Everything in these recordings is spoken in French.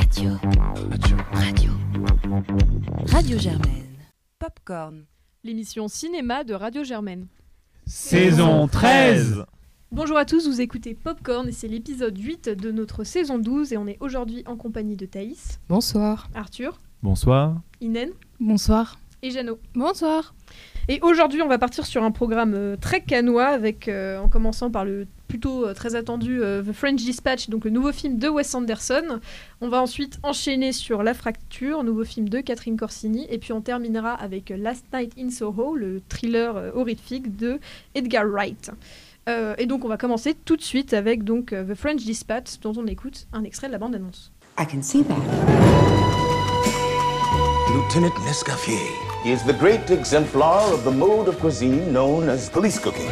Radio. Radio Germaine. Popcorn. L'émission cinéma de Radio Germaine. Saison 13. Bonjour à tous, vous écoutez Popcorn et c'est l'épisode 8 de notre saison 12 et on est aujourd'hui en compagnie de Thaïs. Bonsoir. Arthur. Bonsoir. Inen. Bonsoir. Et Jeannot. Bonsoir. Et aujourd'hui, on va partir sur un programme très canois avec, en commençant par le plutôt très attendu The French Dispatch, donc le nouveau film de Wes Anderson. On va ensuite enchaîner sur La Fracture, nouveau film de Catherine Corsini. Et puis on terminera avec Last Night in Soho, le thriller horrifique de Edgar Wright. Et donc on va commencer tout de suite avec donc, The French Dispatch, dont on écoute un extrait de la bande-annonce. I can see that. Lieutenant Nescaffier. He is the great exemplar of the mode of cuisine known as police cooking.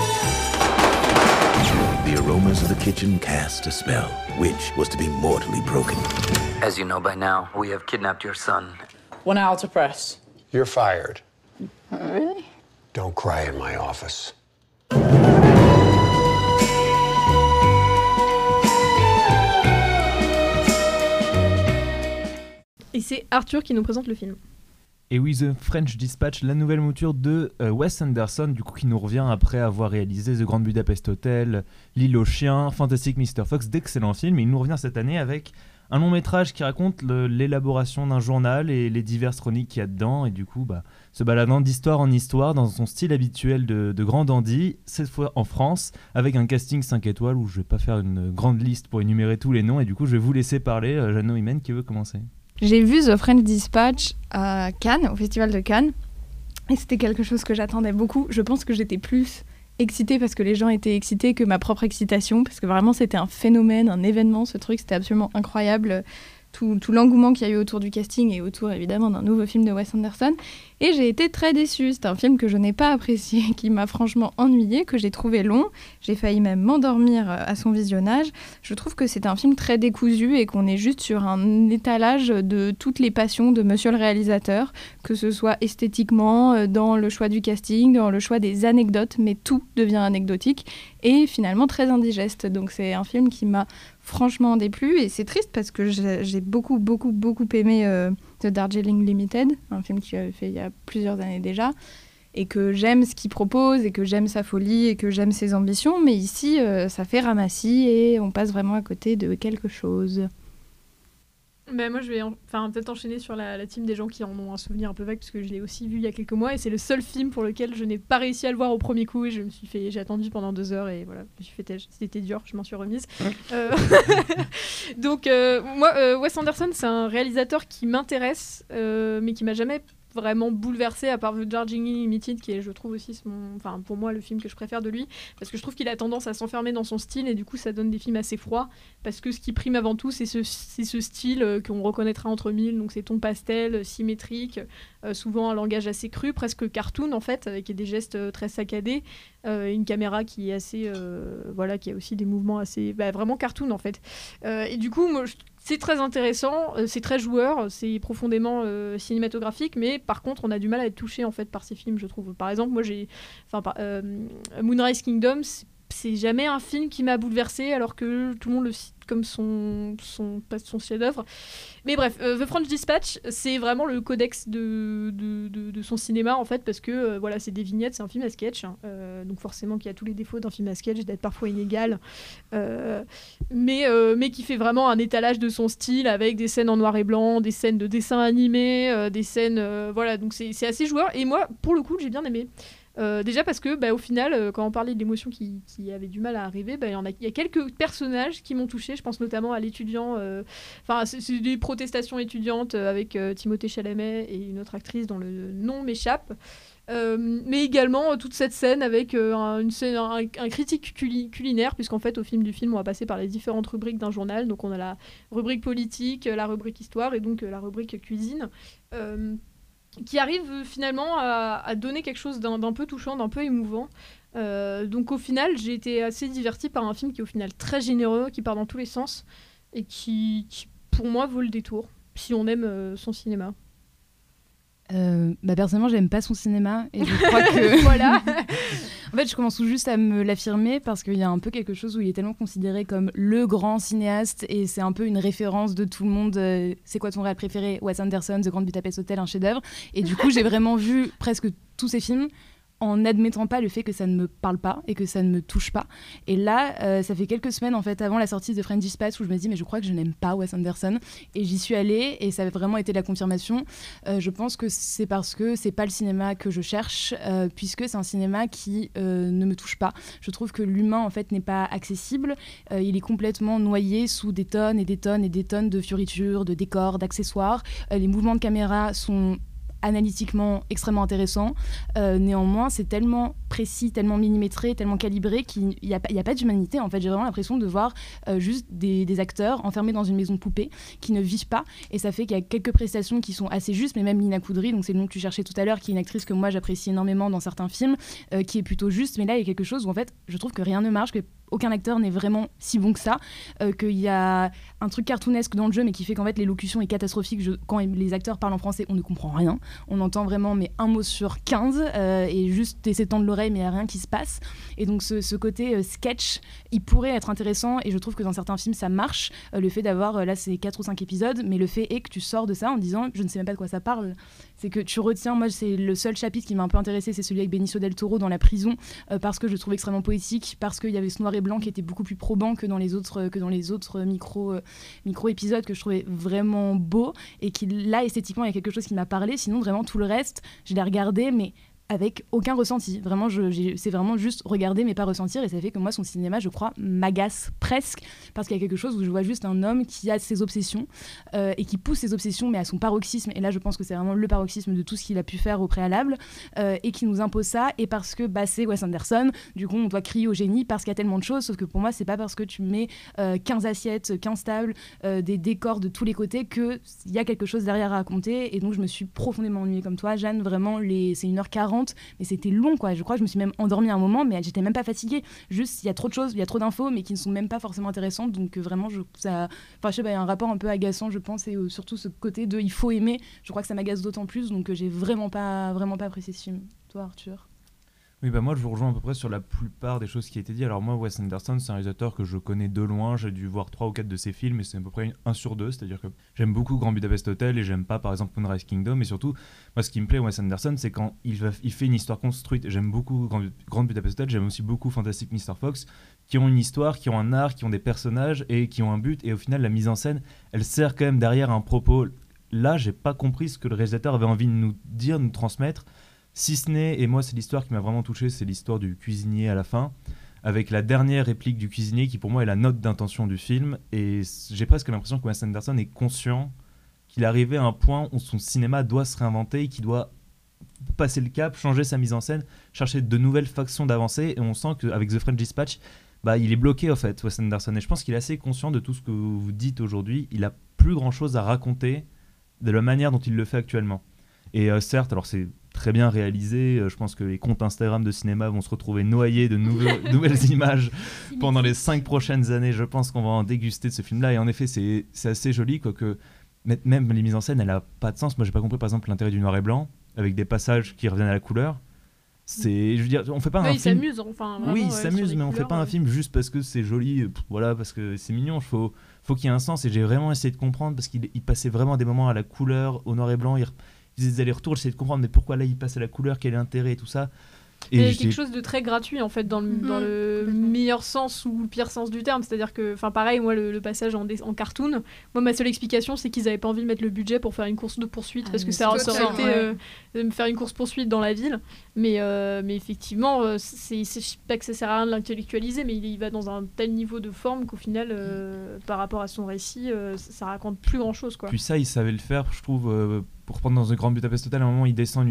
The aromas of the kitchen cast a spell, which was to be mortally broken. As you know by now, we have kidnapped your son. 1 hour to press. You're fired. Really? Don't cry in my office. Et c'est Arthur qui nous présente le film. Et oui, The French Dispatch, la nouvelle mouture de Wes Anderson, du coup qui nous revient après avoir réalisé The Grand Budapest Hotel, L'île aux chiens, Fantastic Mr. Fox, d'excellents films. Et il nous revient cette année avec un long métrage qui raconte l'élaboration d'un journal et les diverses chroniques qu'il y a dedans. Et du coup, se baladant d'histoire en histoire dans son style habituel de grand dandy, cette fois en France, avec un casting 5 étoiles où je vais pas faire une grande liste pour énumérer tous les noms. Et du coup, je vais vous laisser parler. Jeannot, Imen, qui veut commencer ? J'ai vu The French Dispatch à Cannes, au Festival de Cannes, et c'était quelque chose que j'attendais beaucoup. Je pense que j'étais plus excitée parce que les gens étaient excités que ma propre excitation, parce que vraiment c'était un phénomène, un événement, ce truc, c'était absolument incroyable. Tout l'engouement qu'il y a eu autour du casting et autour évidemment d'un nouveau film de Wes Anderson. Et j'ai été très déçue. C'est un film que je n'ai pas apprécié, qui m'a franchement ennuyée, que j'ai trouvé long. J'ai failli même m'endormir à son visionnage. Je trouve que c'est un film très décousu et qu'on est juste sur un étalage de toutes les passions de monsieur le réalisateur, que ce soit esthétiquement, dans le choix du casting, dans le choix des anecdotes, mais tout devient anecdotique et finalement très indigeste. Donc c'est un film qui m'a franchement déplu et c'est triste parce que j'ai beaucoup aimé The Darjeeling Limited, un film qu'il avait fait il y a plusieurs années déjà, et que j'aime ce qu'il propose et que j'aime sa folie et que j'aime ses ambitions, mais ici ça fait ramassis et on passe vraiment à côté de quelque chose. Moi je vais peut-être enchaîner sur la team des gens qui en ont un souvenir un peu vague parce que je l'ai aussi vu il y a quelques mois et c'est le seul film pour lequel je n'ai pas réussi à le voir au premier coup et j'ai attendu pendant 2 heures et voilà, je me suis fait c'était dur, je m'en suis remise. Donc moi Wes Anderson c'est un réalisateur qui m'intéresse mais qui m'a jamais vraiment bouleversé à part The Darjeeling Limited qui est je trouve aussi pour moi le film que je préfère de lui parce que je trouve qu'il a tendance à s'enfermer dans son style et du coup ça donne des films assez froids parce que ce qui prime avant tout c'est ce style qu'on reconnaîtra entre mille, donc ces tons pastels symétriques, souvent un langage assez cru, presque cartoon en fait, avec des gestes très saccadés, une caméra qui est assez qui a aussi des mouvements assez vraiment cartoon en fait, et du coup moi c'est très intéressant, c'est très joueur, c'est profondément cinématographique, mais par contre, on a du mal à être touché en fait par ces films, je trouve. Par exemple, moi, Moonrise Kingdom, c'est jamais un film qui m'a bouleversée, alors que tout le monde le cite comme son chef-d'œuvre. Mais bref, The French Dispatch, c'est vraiment le codex de son cinéma, en fait, parce que c'est des vignettes, c'est un film à sketch, donc forcément qu'il y a tous les défauts d'un film à sketch, d'être parfois inégal, mais qui fait vraiment un étalage de son style, avec des scènes en noir et blanc, des scènes de dessin animé, des scènes... donc c'est assez joueur, et moi, pour le coup, j'ai bien aimé. Déjà parce que au final quand on parlait de l'émotion qui avait du mal à arriver, il y a quelques personnages qui m'ont touchée. Je pense notamment à l'étudiant, c'est des protestations étudiantes avec Timothée Chalamet et une autre actrice dont le nom m'échappe, mais également toute cette scène avec un critique culinaire, puisqu'en fait au film on va passer par les différentes rubriques d'un journal. Donc on a la rubrique politique, la rubrique histoire et donc la rubrique cuisine, qui arrive finalement à donner quelque chose d'un peu touchant, d'un peu émouvant. Donc au final, j'ai été assez divertie par un film qui est au final très généreux, qui part dans tous les sens, et qui pour moi vaut le détour, si on aime son cinéma. Personnellement, j'aime pas son cinéma, et je crois que... Voilà. En fait, je commence tout juste à me l'affirmer parce qu'il y a un peu quelque chose où il est tellement considéré comme le grand cinéaste et c'est un peu une référence de tout le monde. C'est quoi ton réal préféré? Wes Anderson, The Grand Budapest Hotel, un chef-d'œuvre. Et du coup, j'ai vraiment vu presque tous ces films en n'admettant pas le fait que ça ne me parle pas et que ça ne me touche pas. Et là, ça fait quelques semaines en fait avant la sortie de French Dispatch où je me dis mais je crois que je n'aime pas Wes Anderson et j'y suis allée et ça a vraiment été la confirmation. Je pense que c'est parce que c'est pas le cinéma que je cherche puisque c'est un cinéma qui ne me touche pas. Je trouve que l'humain en fait n'est pas accessible. Il est complètement noyé sous des tonnes et des tonnes et des tonnes de fioritures, de décors, d'accessoires. Les mouvements de caméra sont analytiquement extrêmement intéressant. Néanmoins, c'est tellement précis, tellement millimétré, tellement calibré qu'il n'y a pas d'humanité. En fait, j'ai vraiment l'impression de voir juste des acteurs enfermés dans une maison de poupée qui ne vivent pas. Et ça fait qu'il y a quelques prestations qui sont assez justes, mais même Nina Koudry, donc c'est le nom que tu cherchais tout à l'heure, qui est une actrice que moi j'apprécie énormément dans certains films, qui est plutôt juste. Mais là, il y a quelque chose où en fait, je trouve que rien ne marche, que aucun acteur n'est vraiment si bon que ça, qu'il y a un truc cartoonesque dans le jeu mais qui fait qu'en fait l'élocution est catastrophique. Quand les acteurs parlent en français, on ne comprend rien, on entend vraiment mais un mot sur 15 et juste t'essaies de tendre l'oreille mais il n'y a rien qui se passe. Et donc ce côté sketch, il pourrait être intéressant et je trouve que dans certains films ça marche, le fait d'avoir, là c'est 4 ou 5 épisodes, mais le fait est que tu sors de ça en disant je ne sais même pas de quoi ça parle. C'est que tu retiens, moi c'est le seul chapitre qui m'a un peu intéressé, c'est celui avec Benicio del Toro dans la prison, parce que je le trouve extrêmement poétique, parce qu'il y avait ce noir et blanc qui était beaucoup plus probant que dans les autres micro épisodes que je trouvais vraiment beau et qui là esthétiquement il y a quelque chose qui m'a parlé. Sinon vraiment tout le reste je l'ai regardé mais avec aucun ressenti. Vraiment, c'est vraiment juste regarder mais pas ressentir et ça fait que moi, son cinéma, je crois, m'agace presque parce qu'il y a quelque chose où je vois juste un homme qui a ses obsessions et qui pousse ses obsessions mais à son paroxysme. Et là, je pense que c'est vraiment le paroxysme de tout ce qu'il a pu faire au préalable et qui nous impose ça. Et parce que c'est Wes Anderson, du coup, on doit crier au génie parce qu'il y a tellement de choses. Sauf que pour moi, c'est pas parce que tu mets 15 assiettes, 15 tables, des décors de tous les côtés qu'il y a quelque chose derrière à raconter. Et donc, je me suis profondément ennuyée comme toi, Jeanne. Vraiment, c'est 1h40. Mais c'était long quoi, je crois que je me suis même endormie à un moment mais j'étais même pas fatiguée, juste il y a trop de choses, il y a trop d'infos mais qui ne sont même pas forcément intéressantes donc vraiment je sais pas, il y a un rapport un peu agaçant je pense et surtout ce côté de il faut aimer, je crois que ça m'agace d'autant plus donc j'ai vraiment pas apprécié ce film. Toi Arthur? Oui, moi je vous rejoins à peu près sur la plupart des choses qui étaient dites. Alors moi, Wes Anderson, c'est un réalisateur que je connais de loin, j'ai dû voir 3 ou 4 de ses films et c'est à peu près 1 sur 2, c'est-à-dire que j'aime beaucoup Grand Budapest Hotel et j'aime pas par exemple Moonrise Kingdom, et surtout, moi ce qui me plaît Wes Anderson, c'est quand il fait une histoire construite. J'aime beaucoup Grand Budapest Hotel, j'aime aussi beaucoup Fantastic Mr. Fox, qui ont une histoire, qui ont un art, qui ont des personnages et qui ont un but, et au final la mise en scène, elle sert quand même derrière un propos. Là, j'ai pas compris ce que le réalisateur avait envie de nous dire, de nous transmettre. Si ce n'est, et moi c'est l'histoire qui m'a vraiment touché, c'est l'histoire du cuisinier à la fin, avec la dernière réplique du cuisinier qui pour moi est la note d'intention du film, et j'ai presque l'impression que Wes Anderson est conscient qu'il est arrivé à un point où son cinéma doit se réinventer, et qu'il doit passer le cap, changer sa mise en scène, chercher de nouvelles façons d'avancer, et on sent qu'avec The French Dispatch, il est bloqué en fait, Wes Anderson, et je pense qu'il est assez conscient de tout ce que vous dites aujourd'hui. Il a plus grand chose à raconter de la manière dont il le fait actuellement. Et certes, alors c'est très bien réalisé, je pense que les comptes Instagram de cinéma vont se retrouver noyés de nouvelles images pendant les 5 prochaines années. Je pense qu'on va en déguster de ce film-là, et en effet c'est assez joli, quoique même les mises en scène, elle n'a pas de sens. Moi j'ai pas compris par exemple l'intérêt du noir et blanc, avec des passages qui reviennent à la couleur. Je veux dire, on fait pas un film... Il s'amuse, enfin. Vraiment, oui, il s'amuse, mais on fait pas un film juste parce que c'est joli, voilà, parce que c'est mignon. Faut qu'il y ait un sens, et j'ai vraiment essayé de comprendre, parce qu'il passait vraiment des moments à la couleur, au noir et blanc, il faisait des allers-retours, j'essayais de comprendre mais pourquoi là il passe à la couleur, quel est l'intérêt et tout ça. Et il y a quelque chose de très gratuit en fait dans le meilleur sens ou le pire sens du terme, c'est-à-dire que, pareil, moi le passage en cartoon, moi ma seule explication c'est qu'ils avaient pas envie de mettre le budget pour faire une course de poursuite, parce que ça aurait été de faire une course poursuite dans la ville, mais effectivement c'est pas que ça sert à rien de l'intellectualiser, mais il va dans un tel niveau de forme qu'au final par rapport à son récit ça raconte plus grand chose quoi. Puis ça il savait le faire, je trouve, pour prendre dans The Grand Budapest Hotel, à un moment il descend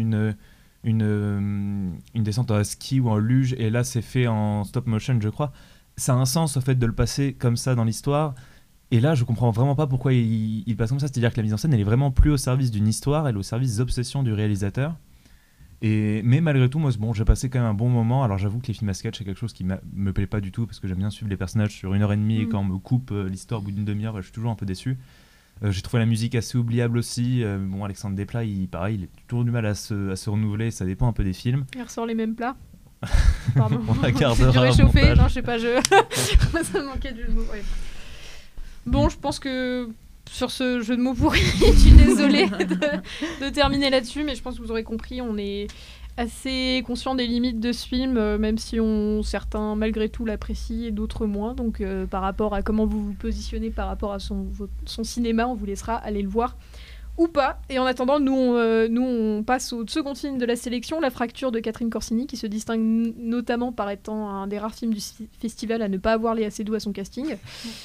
une descente à ski ou en luge, et là c'est fait en stop motion je crois. Ça a un sens au fait de le passer comme ça dans l'histoire, et là je comprends vraiment pas pourquoi il passe comme ça, c'est-à-dire que la mise en scène elle est vraiment plus au service d'une histoire, elle est au service des obsessions du réalisateur. Mais malgré tout, moi j'ai passé quand même un bon moment. Alors j'avoue que les films à sketch c'est quelque chose qui me plaît pas du tout, parce que j'aime bien suivre les personnages sur 1h30 et quand on me coupe l'histoire au bout d'une demi-heure, je suis toujours un peu déçu. J'ai trouvé la musique assez oubliable aussi. Alexandre Desplat, il est toujours du mal à se renouveler, ça dépend un peu des films. Il ressort les mêmes plats. Pardon. On la gardera Du au réchauffé. montage. Non, je sais pas, ça me manquait du jeu de mots. Ouais. Bon, je pense que sur ce jeu de mots pourri, je suis désolée de terminer là-dessus, mais je pense que vous aurez compris, on est assez conscient des limites de ce film, même si certains malgré tout l'apprécient et d'autres moins. Donc par rapport à comment vous vous positionnez par rapport à son cinéma, on vous laissera aller le voir ou pas. Et en attendant, nous on passe au second film de la sélection, La Fracture de Catherine Corsini, qui se distingue notamment par étant un des rares films du festival à ne pas avoir Léa Seydoux à son casting.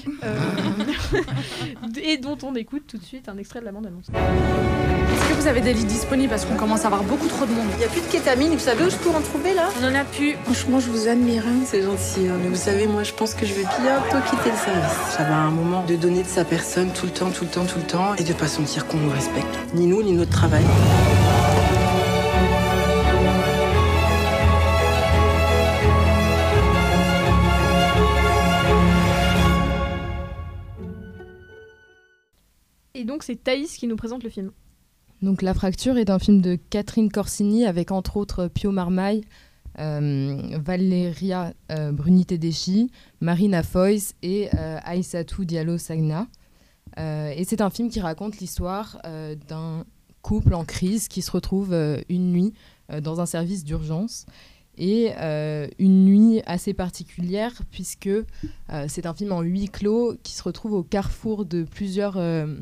Et dont on écoute tout de suite un extrait de la bande-annonce. Est-ce que vous avez des lits disponibles parce qu'on commence à avoir beaucoup trop de monde? Il n'y a plus de kétamine, vous savez où je peux en trouver là? On en a plus. Franchement, je vous admire, hein. C'est gentil. Hein. Mais vous savez, moi, je pense que je vais bientôt quitter le service. J'avais un moment de donner de sa personne tout le temps, et de pas sentir qu'on nous respecte. Ni nous, ni notre travail. Et donc, c'est Thaïs qui nous présente le film. Donc, La Fracture est un film de Catherine Corsini avec entre autres Pio Marmaille, Valeria Bruni-Tedeschi, Marina Foïs et Aïssatou Diallo Sagna. Et c'est un film qui raconte l'histoire d'un couple en crise qui se retrouve une nuit dans un service d'urgence. Et une nuit assez particulière puisque c'est un film en huis clos qui se retrouve au carrefour de plusieurs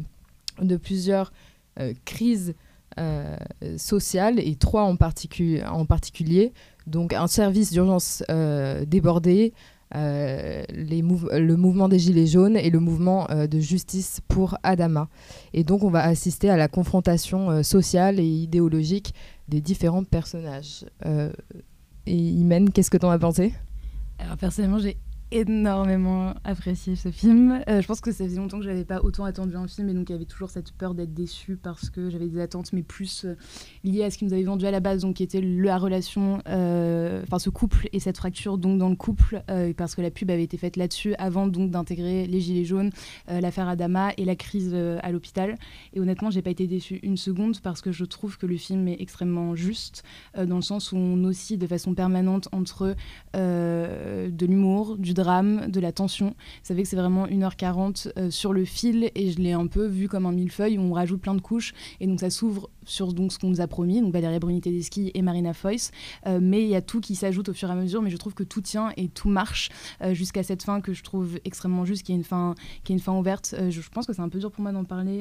crises sociales, et trois en particulier. Donc un service d'urgence débordé, le mouvement des Gilets jaunes et le mouvement de justice pour Adama. Et donc on va assister à la confrontation sociale et idéologique des différents personnages. Et Imen, qu'est-ce que t'en as pensé ? Alors personnellement, j'ai énormément apprécié ce film. Je pense que ça faisait longtemps que j'avais pas autant attendu un film, et donc il y avait toujours cette peur d'être déçue parce que j'avais des attentes, mais plus liées à ce qu'ils nous avaient vendu à la base, donc qui était la relation, ce couple et cette fracture donc dans le couple, parce que la pub avait été faite là-dessus avant donc d'intégrer les Gilets jaunes, l'affaire Adama et la crise à l'hôpital. Et honnêtement, j'ai pas été déçue une seconde parce que je trouve que le film est extrêmement juste, dans le sens où on oscille de façon permanente entre de l'humour, du drame, de la tension. Vous savez que c'est vraiment 1h40 sur le fil, et je l'ai un peu vu comme un millefeuille où on rajoute plein de couches, et donc ça s'ouvre sur donc ce qu'on nous a promis, donc Valeria Bruni-Tedeschi et Marina Foïs, mais il y a tout qui s'ajoute au fur et à mesure, mais je trouve que tout tient et tout marche jusqu'à cette fin que je trouve extrêmement juste, qui est une fin ouverte. Je pense que c'est un peu dur pour moi d'en parler,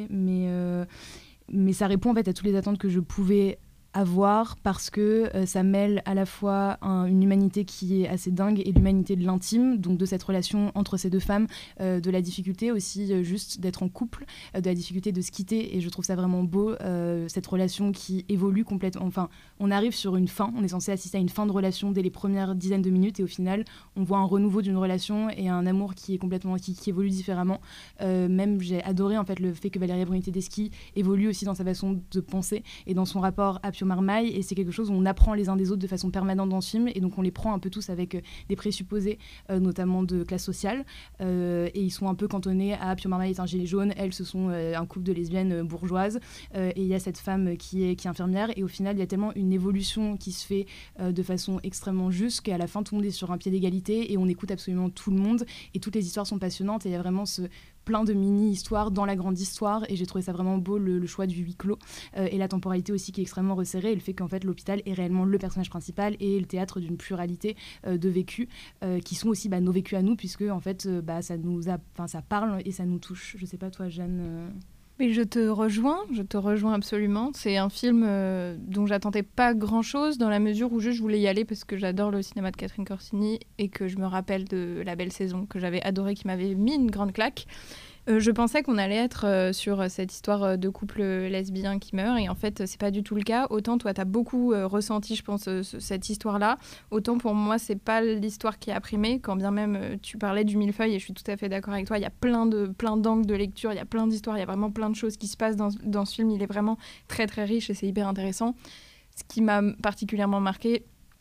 mais ça répond en fait à toutes les attentes que je pouvais avoir, parce que ça mêle à la fois une humanité qui est assez dingue et l'humanité de l'intime, donc de cette relation entre ces deux femmes, de la difficulté aussi juste d'être en couple, de la difficulté de se quitter, et je trouve ça vraiment beau, cette relation qui évolue complètement. Enfin, on arrive sur une fin, on est censé assister à une fin de relation dès les premières dizaines de minutes, et au final on voit un renouveau d'une relation et un amour qui est complètement qui évolue différemment. Même j'ai adoré en fait le fait que Valeria Bruni-Tedeschi évolue aussi dans sa façon de penser et dans son rapport à Pio Marmaille, et c'est quelque chose où on apprend les uns des autres de façon permanente dans ce film, et donc on les prend un peu tous avec des présupposés, notamment de classe sociale, et ils sont un peu cantonnés à Pio Marmaille est un gilet jaune, elles ce sont un couple de lesbiennes bourgeoises, et il y a cette femme qui est infirmière, et au final il y a tellement une évolution qui se fait de façon extrêmement juste qu'à la fin tout le monde est sur un pied d'égalité et on écoute absolument tout le monde, et toutes les histoires sont passionnantes, et il y a vraiment plein de mini-histoires dans la grande histoire, et j'ai trouvé ça vraiment beau, le choix du huis clos, et la temporalité aussi qui est extrêmement resserrée, et le fait qu'en fait l'hôpital est réellement le personnage principal et le théâtre d'une pluralité de vécus qui sont aussi nos vécus à nous, puisque en fait ça parle et ça nous touche. Je sais pas toi Jeanne. Mais je te rejoins absolument. C'est un film dont j'attendais pas grand-chose, dans la mesure où je voulais y aller parce que j'adore le cinéma de Catherine Corsini et que je me rappelle de La Belle Saison, que j'avais adoré, qui m'avait mis une grande claque. Je pensais qu'on allait être sur cette histoire de couple lesbien qui meurt, et en fait c'est pas du tout le cas. Autant toi t'as beaucoup ressenti, je pense, cette histoire-là, autant pour moi c'est pas l'histoire qui a primé, quand bien même tu parlais du millefeuille, et je suis tout à fait d'accord avec toi. Il y a plein d'angles de lecture, il y a plein d'histoires, il y a vraiment plein de choses qui se passent dans ce film. Il est vraiment très très riche et c'est hyper intéressant. Ce qui m'a particulièrement marqué,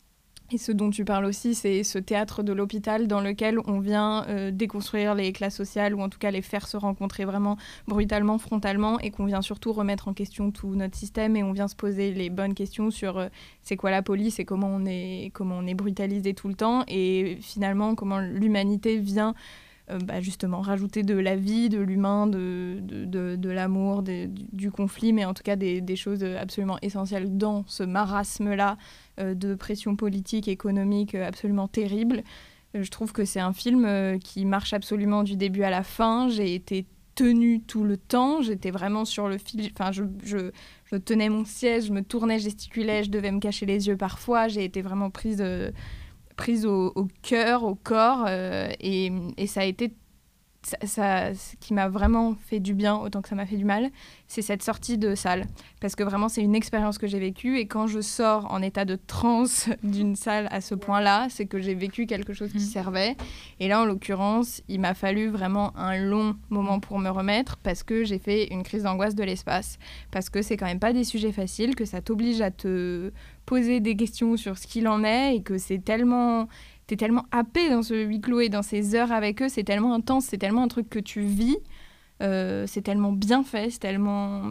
Et ce dont tu parles aussi, c'est ce théâtre de l'hôpital dans lequel on vient déconstruire les classes sociales, ou en tout cas les faire se rencontrer vraiment brutalement, frontalement, et qu'on vient surtout remettre en question tout notre système, et on vient se poser les bonnes questions sur c'est quoi la police et comment on est brutalisé tout le temps, et finalement comment l'humanité vient justement rajouter de la vie, de l'humain, de l'amour, du conflit, mais en tout cas des choses absolument essentielles dans ce marasme-là de pression politique, économique absolument terrible. Je trouve que c'est un film qui marche absolument du début à la fin. J'ai été tenue tout le temps, j'étais vraiment sur le fil, enfin je tenais mon siège, je me tournais, gesticulais, je devais me cacher les yeux parfois, j'ai été vraiment prise au cœur, au corps, et ça a été ce qui m'a vraiment fait du bien autant que ça m'a fait du mal, c'est cette sortie de salle, parce que vraiment c'est une expérience que j'ai vécue, et quand je sors en état de transe d'une salle à ce point-là, c'est que j'ai vécu quelque chose qui servait, et là en l'occurrence il m'a fallu vraiment un long moment pour me remettre, parce que j'ai fait une crise d'angoisse de l'espace, parce que c'est quand même pas des sujets faciles, que ça t'oblige à te poser des questions sur ce qu'il en est, et que t'es tellement happé dans ce huis clos et dans ces heures avec eux, c'est tellement intense, c'est tellement un truc que tu vis, c'est tellement bien fait, c'est tellement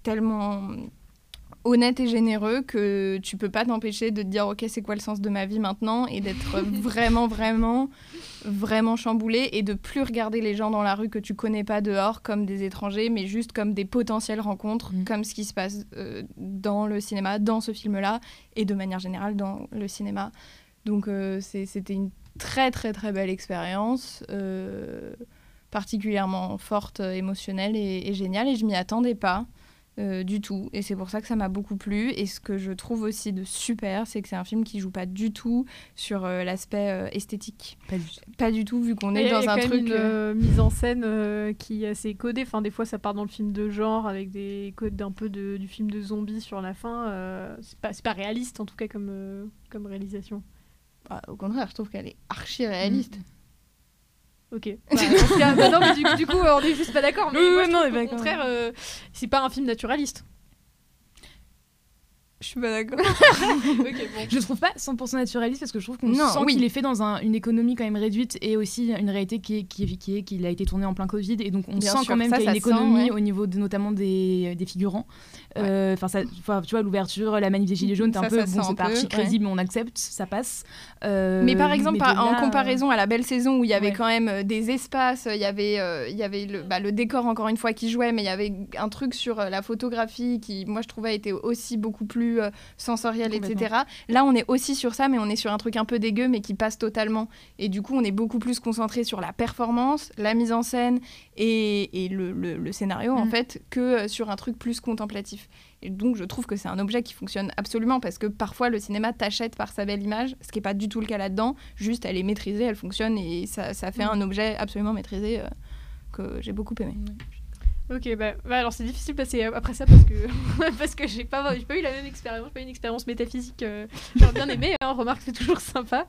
honnête et généreux que tu peux pas t'empêcher de te dire ok, c'est quoi le sens de ma vie maintenant, et d'être vraiment chamboulé, et de plus regarder les gens dans la rue que tu connais pas dehors comme des étrangers, mais juste comme des potentielles rencontres, comme ce qui se passe dans le cinéma, dans ce film-là, et de manière générale dans le cinéma. Donc c'était une très très très belle expérience, particulièrement forte, émotionnelle et géniale, et je m'y attendais pas du tout, et c'est pour ça que ça m'a beaucoup plu. Et ce que je trouve aussi de super, c'est que c'est un film qui joue pas du tout sur l'aspect esthétique, pas du tout, vu qu'on est dans un truc une mise en scène qui est assez codée, enfin des fois ça part dans le film de genre avec des codes un peu du film de zombies sur la fin, c'est pas réaliste en tout cas comme réalisation. Au contraire, je trouve qu'elle est archi réaliste. Ok. Non, mais du coup, on est juste pas d'accord. Mais moi, je trouve qu'au contraire, c'est pas un film naturaliste. Je suis pas d'accord. Okay, bon. Je trouve pas 100% naturaliste, parce que je trouve qu'on sent qu'il est fait dans une économie quand même réduite, et aussi une réalité qu'il a été tourné en plein Covid, et donc on sent quand même qu'il y a une économie au niveau notamment des figurants. Tu vois, l'ouverture, la manif des Gilets jaunes, c'est pas archi crédible, mais on accepte, ça passe. Mais par exemple, en comparaison à La Belle Saison, où il y avait quand même des espaces, il y avait le décor encore une fois qui jouait, mais il y avait un truc sur la photographie qui, moi je trouvais, était aussi beaucoup plus sensoriel, etc. Là, on est aussi sur ça, mais on est sur un truc un peu dégueu, mais qui passe totalement. Et du coup, on est beaucoup plus concentré sur la performance, la mise en scène et le scénario, en fait, que sur un truc plus contemplatif. Et donc, je trouve que c'est un objet qui fonctionne absolument, parce que parfois, le cinéma t'achète par sa belle image, ce qui n'est pas du tout le cas là-dedans. Juste, elle est maîtrisée, elle fonctionne, et ça fait un objet absolument maîtrisé que j'ai beaucoup aimé. Ok, alors c'est difficile de passer après ça, parce que j'ai pas eu la même expérience, pas une expérience métaphysique. J'aurais bien aimé, remarque, c'est toujours sympa.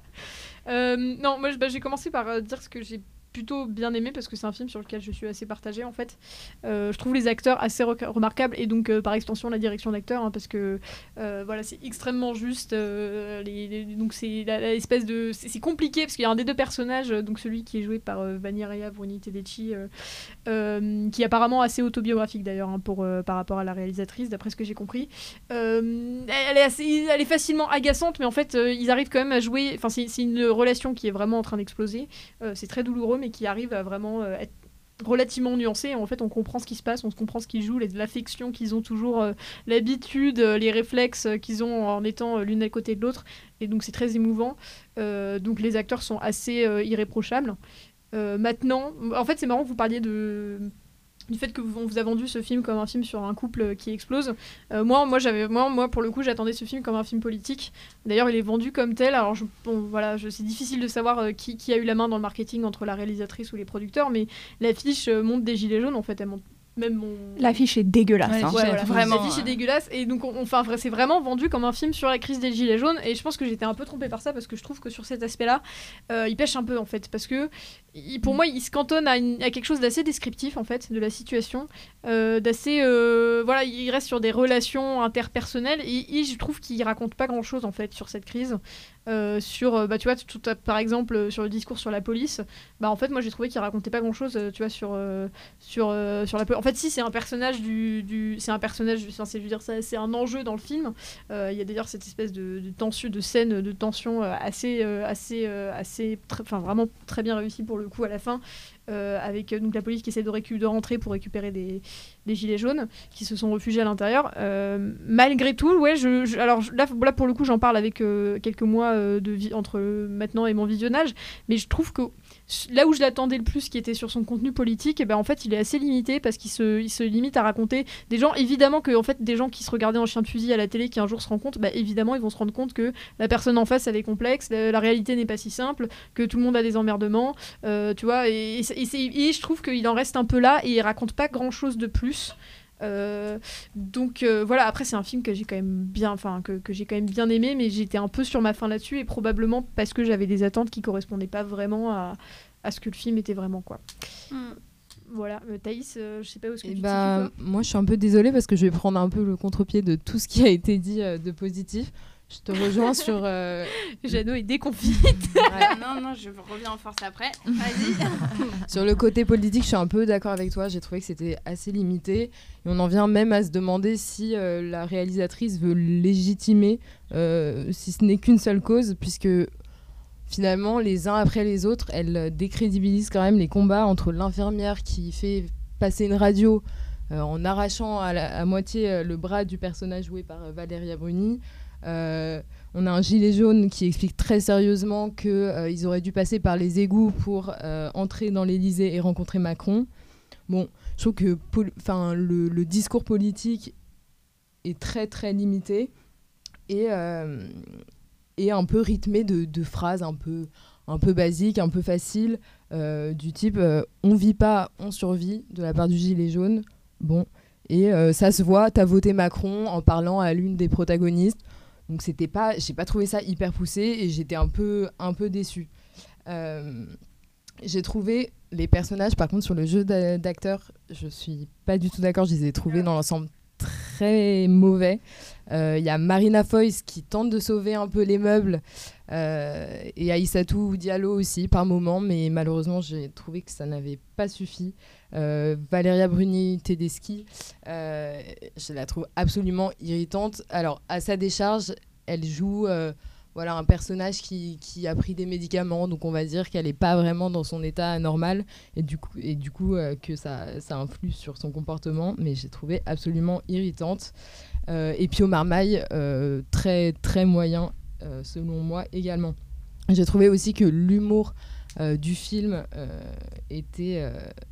Non, moi j'ai commencé par dire ce que j'ai plutôt bien aimé, parce que c'est un film sur lequel je suis assez partagée en fait. Je trouve les acteurs assez remarquables, et donc par extension la direction d'acteurs, parce que voilà, c'est extrêmement juste. Donc c'est l'espèce de... C'est compliqué, parce qu'il y a un des deux personnages, donc celui qui est joué par Vaniria Bruni Tedeschi, qui est apparemment assez autobiographique d'ailleurs, par rapport à la réalisatrice, d'après ce que j'ai compris. Elle est facilement agaçante, mais en fait ils arrivent quand même à jouer... Enfin, c'est une relation qui est vraiment en train d'exploser. C'est très douloureux, mais qui arrive à vraiment être relativement nuancé. En fait, on comprend ce qui se passe, on comprend ce qu'ils jouent, l'affection qu'ils ont toujours, l'habitude, les réflexes qu'ils ont en étant l'une à côté de l'autre. Et donc, c'est très émouvant. Donc, les acteurs sont assez irréprochables. Maintenant, en fait, c'est marrant que vous parliez du fait que on vous a vendu ce film comme un film sur un couple qui explose. Moi, pour le coup, j'attendais ce film comme un film politique. D'ailleurs, il est vendu comme tel. Alors, c'est difficile de savoir qui a eu la main dans le marketing entre la réalisatrice ou les producteurs, mais l'affiche montre des gilets jaunes. En fait, elle montre même l'affiche est dégueulasse. Vraiment. L'affiche est dégueulasse, et donc c'est vraiment vendu comme un film sur la crise des gilets jaunes, et je pense que j'étais un peu trompée par ça, parce que je trouve que sur cet aspect-là, il pêche un peu en fait, parce que pour moi, il se cantonne à quelque chose d'assez descriptif en fait de la situation, d'assez voilà, il reste sur des relations interpersonnelles et je trouve qu'il raconte pas grand chose en fait sur cette crise. Sur tu vois par exemple sur le discours sur la police, en fait moi j'ai trouvé qu'il racontait pas grand chose tu vois sur la police. En fait si c'est un personnage c'est un personnage, enfin, c'est un enjeu dans le film. Il y a d'ailleurs cette espèce de tension, de scène de tension assez vraiment très bien réussie pour le coup à la fin, avec donc la police qui essaie de rentrer pour récupérer des gilets jaunes qui se sont réfugiés à l'intérieur. Malgré tout, ouais, alors là pour le coup j'en parle avec quelques mois entre maintenant et mon visionnage, mais je trouve que là où je l'attendais le plus, qui était sur son contenu politique, en fait il est assez limité parce qu'il se limite à raconter des gens, évidemment que en fait des gens qui se regardaient en chien de fusil à la télé qui un jour se rendent compte, évidemment ils vont se rendre compte que la personne en face elle est complexe, la réalité n'est pas si simple, que tout le monde a des emmerdements, tu vois, et je trouve qu'il en reste un peu là et il raconte pas grand chose de plus. Donc voilà, après c'est un film que j'ai quand même bien aimé, mais j'étais un peu sur ma faim là-dessus et probablement parce que j'avais des attentes qui correspondaient pas vraiment à ce que le film était vraiment quoi. Voilà, Thaïs, je sais pas où est-ce que tu te situes, toi. Moi je suis un peu désolée parce que je vais prendre un peu le contre-pied de tout ce qui a été dit de positif. Je te rejoins sur... Jeannot est déconfite. Non, je reviens en force après. Vas-y. Sur le côté politique, je suis un peu d'accord avec toi. J'ai trouvé que c'était assez limité. Et on en vient même à se demander si la réalisatrice veut légitimer, si ce n'est qu'une seule cause, puisque finalement, les uns après les autres, elle décrédibilise quand même les combats entre l'infirmière qui fait passer une radio en arrachant à moitié le bras du personnage joué par Valeria Bruni. On a un gilet jaune qui explique très sérieusement qu'ils auraient dû passer par les égouts pour entrer dans l'Élysée et rencontrer Macron. Bon, je trouve que le discours politique est très très limité et un peu rythmé de phrases un peu basiques, un peu faciles, du type on vit pas, on survit, de la part du gilet jaune. Bon, et ça se voit, t'as voté Macron en parlant à l'une des protagonistes. Donc j'ai pas trouvé ça hyper poussé et j'étais un peu déçue. J'ai trouvé les personnages, par contre sur le jeu d'acteurs, je suis pas du tout d'accord, je les ai trouvés dans l'ensemble très mauvais. Il y a Marina Foïs qui tente de sauver un peu les meubles et Aïssatou Diallo aussi par moment, mais malheureusement j'ai trouvé que ça n'avait pas suffi. Valeria Bruni Tedeschi, je la trouve absolument irritante. Alors à sa décharge, elle joue un personnage qui a pris des médicaments, donc on va dire qu'elle n'est pas vraiment dans son état normal et du coup que ça influe sur son comportement, mais j'ai trouvé absolument irritante. Et Pio Marmaille, très très moyen selon moi également. J'ai trouvé aussi que l'humour du film était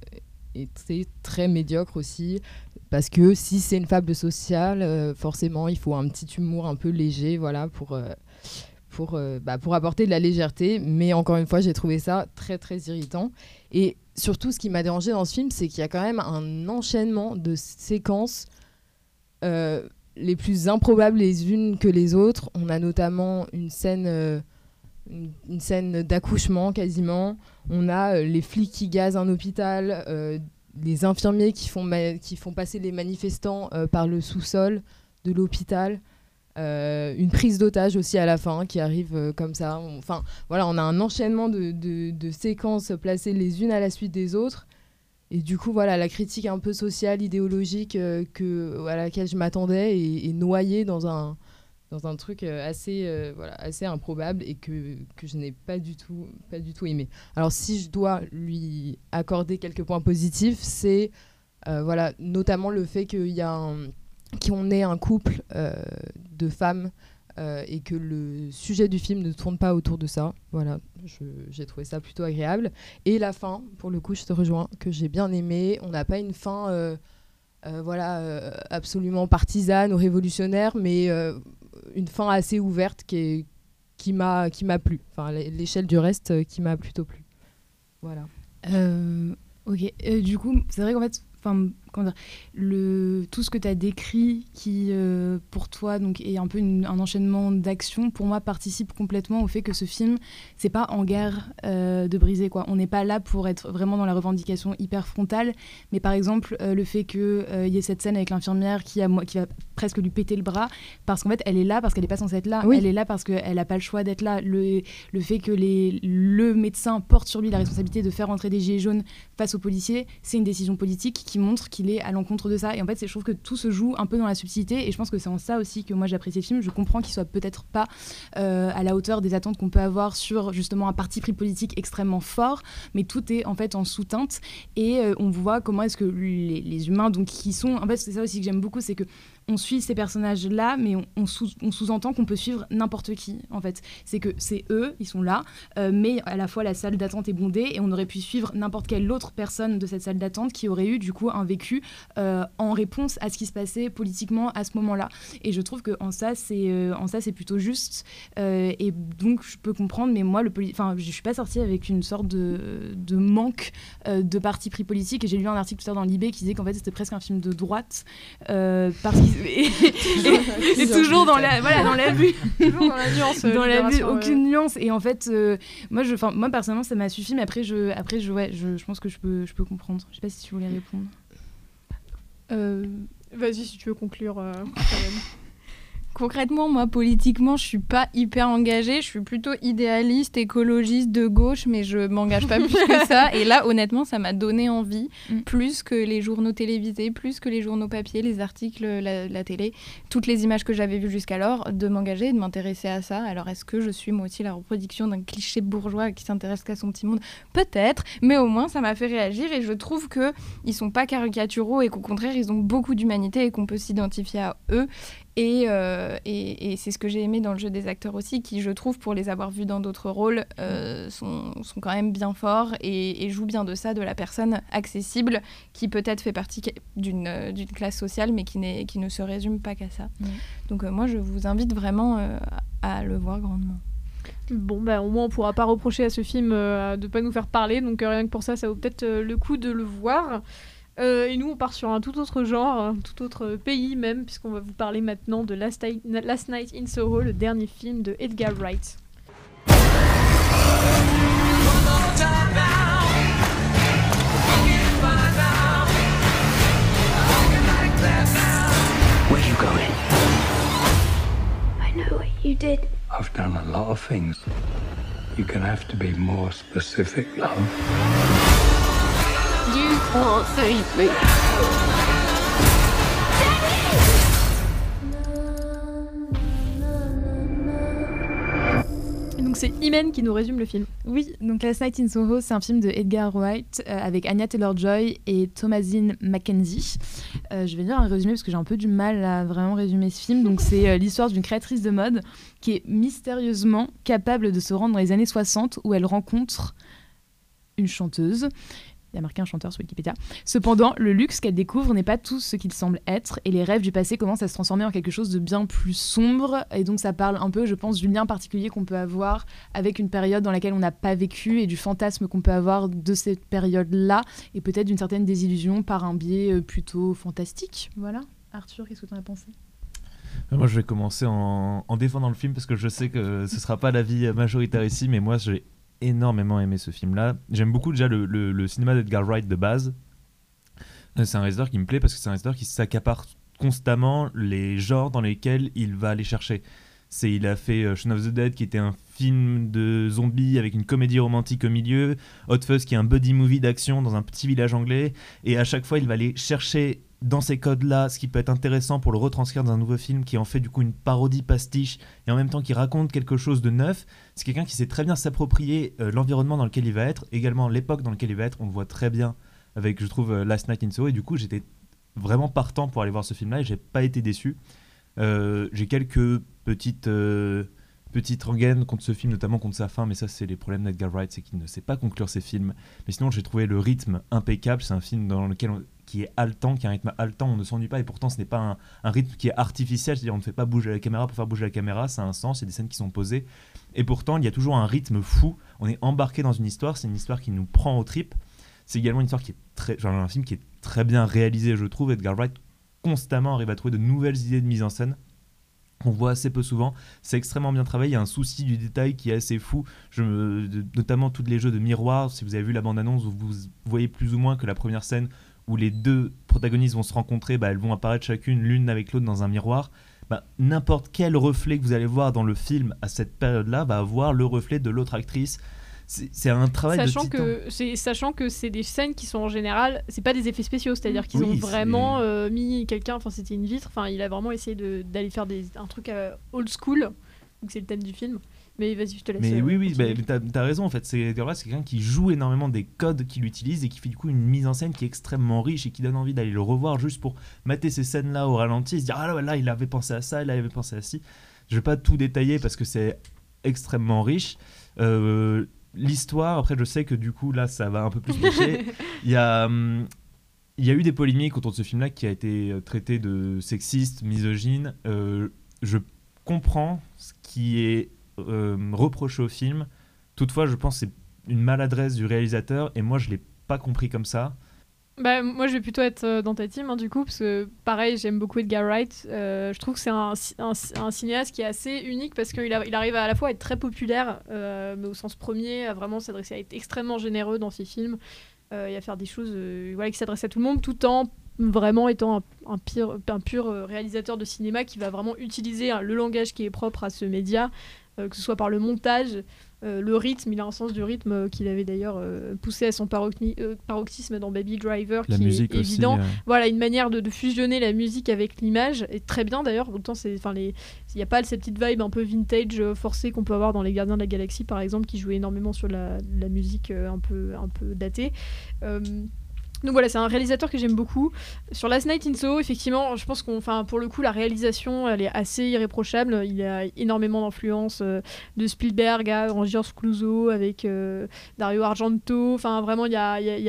très médiocre aussi, parce que si c'est une fable sociale, forcément il faut un petit humour un peu léger, voilà, pour apporter de la légèreté, mais encore une fois j'ai trouvé ça très très irritant. Et surtout ce qui m'a dérangé dans ce film, c'est qu'il y a quand même un enchaînement de séquences les plus improbables les unes que les autres. On a notamment une scène d'accouchement quasiment, on a les flics qui gazent un hôpital, les infirmiers qui font passer les manifestants par le sous-sol de l'hôpital, une prise d'otage aussi à la fin qui arrive comme ça. Enfin voilà, on a un enchaînement de séquences placées les unes à la suite des autres. Et du coup, voilà, la critique un peu sociale, idéologique à laquelle je m'attendais est noyée dans un truc assez improbable et que je n'ai pas du tout aimé. Alors si je dois lui accorder quelques points positifs, c'est notamment le fait qu'on ait un couple de femmes et que le sujet du film ne tourne pas autour de ça. Voilà, j'ai trouvé ça plutôt agréable. Et la fin, pour le coup, je te rejoins, que j'ai bien aimé. On n'a pas une fin absolument partisane ou révolutionnaire, mais une fin assez ouverte qui m'a plu. Enfin, l'échelle du reste qui m'a plutôt plu. Voilà. Ok. Du coup, c'est vrai qu'en fait, comment dire, tout ce que tu as décrit qui, pour toi, donc, est un peu un enchaînement d'actions, pour moi, participe complètement au fait que ce film, c'est pas en guerre de briser, quoi. On n'est pas là pour être vraiment dans la revendication hyper frontale, mais par exemple, le fait qu'il y ait cette scène avec l'infirmière qui va presque lui péter le bras, parce qu'en fait, elle est là parce qu'elle n'est pas censée être là. Oui. Elle est là parce qu'elle n'a pas le choix d'être là. Le fait que le médecin porte sur lui la responsabilité de faire entrer des gilets jaunes face aux policiers, c'est une décision politique qui montre qu'il est à l'encontre de ça. Et en fait, je trouve que tout se joue un peu dans la subtilité, et je pense que c'est en ça aussi que moi j'apprécie le film. Je comprends qu'il soit peut-être pas à la hauteur des attentes qu'on peut avoir sur justement un parti pris politique extrêmement fort, mais tout est en fait en sous-teinte, et on voit comment est-ce que les humains, donc qui sont, en fait c'est ça aussi que j'aime beaucoup, c'est que on suit ces personnages-là, mais on sous-entend qu'on peut suivre n'importe qui, en fait. C'est que c'est eux, ils sont là, mais à la fois la salle d'attente est bondée, et on aurait pu suivre n'importe quelle autre personne de cette salle d'attente qui aurait eu du coup un vécu en réponse à ce qui se passait politiquement à ce moment-là. Et je trouve qu'en ça, c'est plutôt juste, et donc je peux comprendre, mais moi, je suis pas sortie avec une sorte de manque de parti pris politique, et j'ai lu un article tout à l'heure dans Libé qui disait qu'en fait c'était presque un film de droite, parce qu'il et toujours dans la vue, toujours dans la nuance, dans la vue, aucune nuance. Et en fait, moi personnellement ça m'a suffi, mais après je pense que je peux comprendre. Je sais pas si tu voulais répondre. Vas-y, si tu veux conclure. Concrètement, moi, politiquement, je suis pas hyper engagée. Je suis plutôt idéaliste, écologiste, de gauche, mais je m'engage pas plus que ça. Et là, honnêtement, ça m'a donné envie, plus que les journaux télévisés, plus que les journaux papier, les articles, la télé, toutes les images que j'avais vues jusqu'alors, de m'engager et de m'intéresser à ça. Alors, est-ce que je suis moi aussi la reproduction d'un cliché bourgeois qui s'intéresse qu'à son petit monde ? Peut-être, mais au moins, ça m'a fait réagir, et je trouve qu'ils sont pas caricaturaux et qu'au contraire, ils ont beaucoup d'humanité et qu'on peut s'identifier à eux. Et c'est ce que j'ai aimé dans le jeu des acteurs aussi, qui, je trouve, pour les avoir vus dans d'autres rôles, sont quand même bien forts et jouent bien de ça, de la personne accessible, qui peut-être fait partie d'une classe sociale, mais qui ne se résume pas qu'à ça. Donc moi, je vous invite vraiment à le voir grandement. Bon, au moins, on pourra pas reprocher à ce film de pas nous faire parler, donc rien que pour ça, ça vaut peut-être le coup de le voir. Et nous, on part sur un tout autre genre, un tout autre pays même, puisqu'on va vous parler maintenant de Last Night in Soho, le dernier film de Edgar Wright. Where are you going? I know what you did. I've done a lot of things. You're gonna have to be more specific, love. You can't save me. Donc c'est Imen qui nous résume le film. Oui, donc Last Night in Soho, c'est un film de Edgar Wright avec Anya Taylor-Joy et Thomasine McKenzie. Je vais lire un résumé parce que j'ai un peu du mal à vraiment résumer ce film. Donc c'est l'histoire d'une créatrice de mode qui est mystérieusement capable de se rendre dans les années 60 où elle rencontre une chanteuse. Il y a marqué un chanteur sur Wikipédia. Cependant, le luxe qu'elle découvre n'est pas tout ce qu'il semble être, et les rêves du passé commencent à se transformer en quelque chose de bien plus sombre. Et donc ça parle un peu, je pense, du lien particulier qu'on peut avoir avec une période dans laquelle on n'a pas vécu, et du fantasme qu'on peut avoir de cette période-là, et peut-être d'une certaine désillusion par un biais plutôt fantastique. Voilà. Arthur, qu'est-ce que tu en as pensé ? Moi, je vais commencer en défendant le film, parce que je sais que ce ne sera pas l'avis majoritaire ici, mais moi, j'ai énormément aimé ce film-là. J'aime beaucoup déjà le cinéma d'Edgar Wright de base. C'est un réalisateur qui me plaît parce que c'est un réalisateur qui s'accapare constamment les genres dans lesquels il va aller chercher. Il a fait Shaun of the Dead, qui était un film de zombies avec une comédie romantique au milieu, Hot Fuzz, qui est un buddy movie d'action dans un petit village anglais, et à chaque fois il va aller chercher dans ces codes-là ce qui peut être intéressant pour le retranscrire dans un nouveau film qui en fait du coup une parodie pastiche, et en même temps qui raconte quelque chose de neuf. C'est quelqu'un qui sait très bien s'approprier l'environnement dans lequel il va être, également l'époque dans laquelle il va être. On le voit très bien avec, je trouve, Last Night in Soho, et du coup j'étais vraiment partant pour aller voir ce film-là, et j'ai pas été déçu. J'ai quelques petites rengaines contre ce film, notamment contre sa fin, mais ça c'est les problèmes d'Edgar Wright, c'est qu'il ne sait pas conclure ses films. Mais sinon j'ai trouvé le rythme impeccable. C'est un film dans lequel qui est haletant, qui a un rythme haletant, on ne s'ennuie pas, et pourtant ce n'est pas un rythme qui est artificiel, c'est-à-dire on ne fait pas bouger la caméra pour faire bouger la caméra, ça a un sens, il y a des scènes qui sont posées, et pourtant il y a toujours un rythme fou, on est embarqué dans une histoire, c'est une histoire qui nous prend aux tripes. C'est également une histoire qui est un film qui est très bien réalisé, je trouve. Edgar Wright constamment arrive à trouver de nouvelles idées de mise en scène qu'on voit assez peu souvent. C'est extrêmement bien travaillé, il y a un souci du détail qui est assez fou, notamment tous les jeux de miroir. Si vous avez vu la bande-annonce, vous voyez plus ou moins que la première scène où les deux protagonistes vont se rencontrer, elles vont apparaître chacune l'une avec l'autre dans un miroir. N'importe quel reflet que vous allez voir dans le film à cette période-là va avoir le reflet de l'autre actrice. C'est un travail de titan. Sachant que c'est des scènes qui sont en général, c'est pas des effets spéciaux, c'est-à-dire qu'ils ont vraiment mis quelqu'un, enfin c'était une vitre, enfin il a vraiment essayé d'aller faire un truc old school, donc c'est le thème du film. Mais vas-y, je te laisse. Mais oui, t'as raison en fait. C'est quelqu'un qui joue énormément des codes qu'il utilise et qui fait du coup une mise en scène qui est extrêmement riche et qui donne envie d'aller le revoir juste pour mater ces scènes-là au ralenti et se dire ah là il avait pensé à ça, il avait pensé à ci. Je vais pas tout détailler parce que c'est extrêmement riche. L'histoire, après je sais que du coup là ça va un peu plus cliché. Il y a eu des polémiques autour de ce film-là qui a été traité de sexiste, misogyne. Je comprends ce qui est reproché au film. Toutefois, je pense que c'est une maladresse du réalisateur et moi je l'ai pas compris comme ça. Moi je vais plutôt être dans ta team du coup, parce que pareil j'aime beaucoup Edgar Wright. Je trouve que c'est un cinéaste qui est assez unique parce qu'il arrive à la fois à être très populaire mais au sens premier, à vraiment s'adresser, à être extrêmement généreux dans ses films et à faire des choses qui s'adressent à tout le monde, tout en vraiment étant un pur réalisateur de cinéma qui va vraiment utiliser le langage qui est propre à ce média, que ce soit par le montage, le rythme. Il a un sens du rythme qu'il avait d'ailleurs poussé à son paroxysme dans Baby Driver, la qui musique est évident. Aussi, Voilà, une manière de fusionner la musique avec l'image, et très bien d'ailleurs. Autant il n'y a pas cette petite vibe un peu vintage forcée qu'on peut avoir dans Les Gardiens de la Galaxie par exemple, qui jouait énormément sur la musique un peu datée. Donc voilà, c'est un réalisateur que j'aime beaucoup. Sur Last Night in Soho, effectivement, je pense pour le coup, la réalisation, elle est assez irréprochable. Il y a énormément d'influence de Spielberg à Rangers Clouseau avec Dario Argento. Enfin, vraiment, il y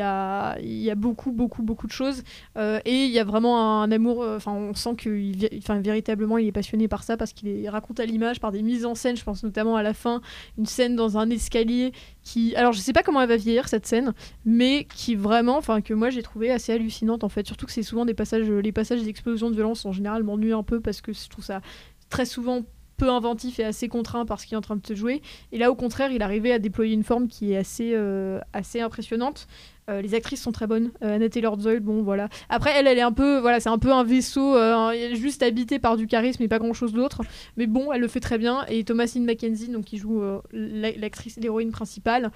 a beaucoup de choses. Et il y a vraiment un amour. On sent que véritablement, il est passionné par ça parce qu'il raconte à l'image par des mises en scène. Je pense notamment à la fin, une scène dans un escalier alors je sais pas comment elle va vieillir cette scène, mais qui vraiment, que moi j'ai trouvé assez hallucinante en fait. Surtout que c'est souvent les passages d'explosion de violence en général m'ennuient un peu parce que je trouve ça très souvent peu inventif et assez contraint par ce qui est en train de se jouer. Et là au contraire, il arrivait à déployer une forme qui est assez impressionnante. Les actrices sont très bonnes. Anna Taylor-Joy, bon voilà. Après elle est un peu, c'est un peu un vaisseau juste habité par du charisme et pas grand chose d'autre. Mais bon, elle le fait très bien. Et Thomasine McKenzie, donc qui joue l'héroïne principale,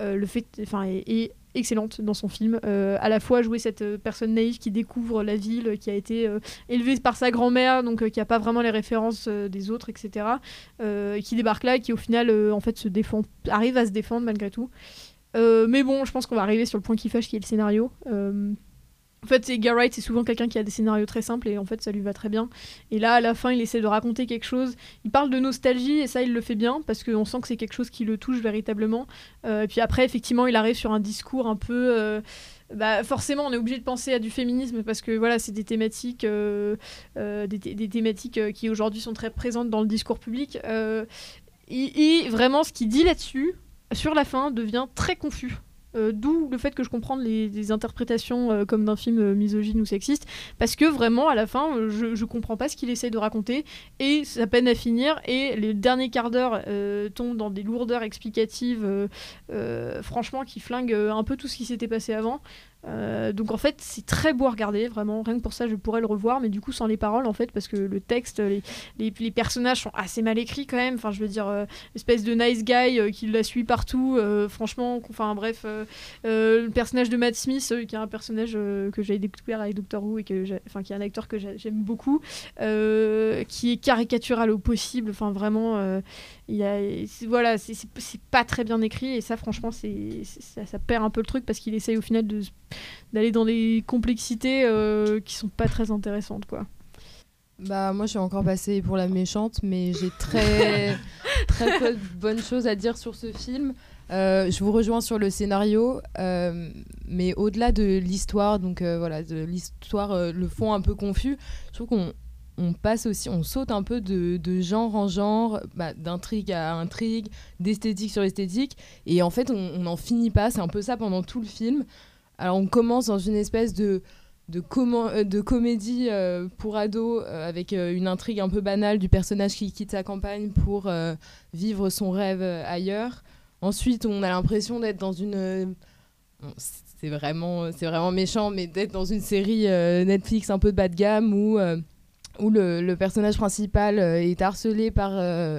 est excellente dans son film. À la fois jouer cette personne naïve qui découvre la ville, qui a été élevée par sa grand-mère, donc qui a pas vraiment les références des autres, etc. Qui débarque là et qui au final arrive à se défendre malgré tout. Mais bon, je pense qu'on va arriver sur le point qui fâche, qui est le scénario. En fait, Edgar Wright, c'est souvent quelqu'un qui a des scénarios très simples et en fait, ça lui va très bien. Et là, à la fin, il essaie de raconter quelque chose. Il parle de nostalgie et ça, il le fait bien parce qu'on sent que c'est quelque chose qui le touche véritablement. Et puis après, effectivement, il arrive sur un discours un peu... forcément, on est obligé de penser à du féminisme parce que voilà, c'est des thématiques, des thématiques qui aujourd'hui sont très présentes dans le discours public. Et vraiment, ce qu'il dit là-dessus, sur la fin, devient très confus. D'où le fait que je comprends les interprétations comme d'un film misogyne ou sexiste, parce que vraiment à la fin je comprends pas ce qu'il essaie de raconter et ça peine à finir et les derniers quarts d'heure tombent dans des lourdeurs explicatives franchement qui flinguent un peu tout ce qui s'était passé avant. Donc en fait c'est très beau à regarder, vraiment, rien que pour ça je pourrais le revoir, mais du coup sans les paroles en fait, parce que le texte, les personnages sont assez mal écrits quand même, je veux dire l'espèce de nice guy qui la suit partout, franchement, bref, le personnage de Matt Smith qui est un personnage que j'avais découvert avec Doctor Who et qui est un acteur que j'aime beaucoup, qui est caricatural au possible, vraiment c'est pas très bien écrit et ça franchement ça perd un peu le truc parce qu'il essaye au final d'aller dans des complexités qui sont pas très intéressantes quoi. Moi je suis encore passée pour la méchante, mais j'ai très très peu de bonnes choses à dire sur ce film. Je vous rejoins sur le scénario, mais au-delà de l'histoire, de l'histoire, le fond un peu confus, je trouve qu'on passe aussi, on saute un peu de genre en genre, d'intrigue à intrigue, d'esthétique sur esthétique, et en fait on n'en finit pas. C'est un peu ça pendant tout le film. Alors on commence dans une espèce de de comédie pour ados avec une intrigue un peu banale du personnage qui quitte sa campagne pour vivre son rêve ailleurs. Ensuite, on a l'impression d'être dans une... c'est vraiment méchant, mais d'être dans une série Netflix un peu de bas de gamme où le personnage principal est harcelé par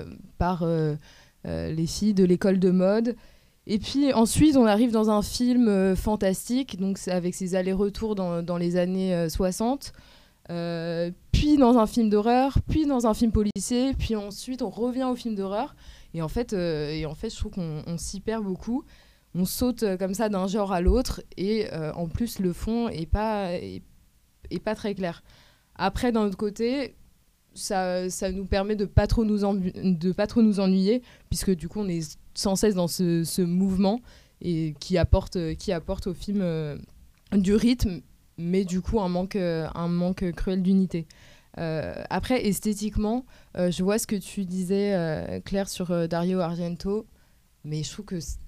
les filles de l'école de mode. Et puis ensuite, on arrive dans un film fantastique, donc c'est avec ses allers-retours dans les années 60, puis dans un film d'horreur, puis dans un film policier, puis ensuite on revient au film d'horreur. Et en fait, je trouve qu'on s'y perd beaucoup. On saute comme ça d'un genre à l'autre, et en plus le fond est pas très clair. Après, d'un autre côté, ça nous permet de pas trop nous ennuyer, puisque du coup on est sans cesse dans ce mouvement et qui apporte au film du rythme, mais du coup un manque cruel d'unité. Après, esthétiquement, je vois ce que tu disais, Claire, sur Dario Argento, mais je trouve que c'est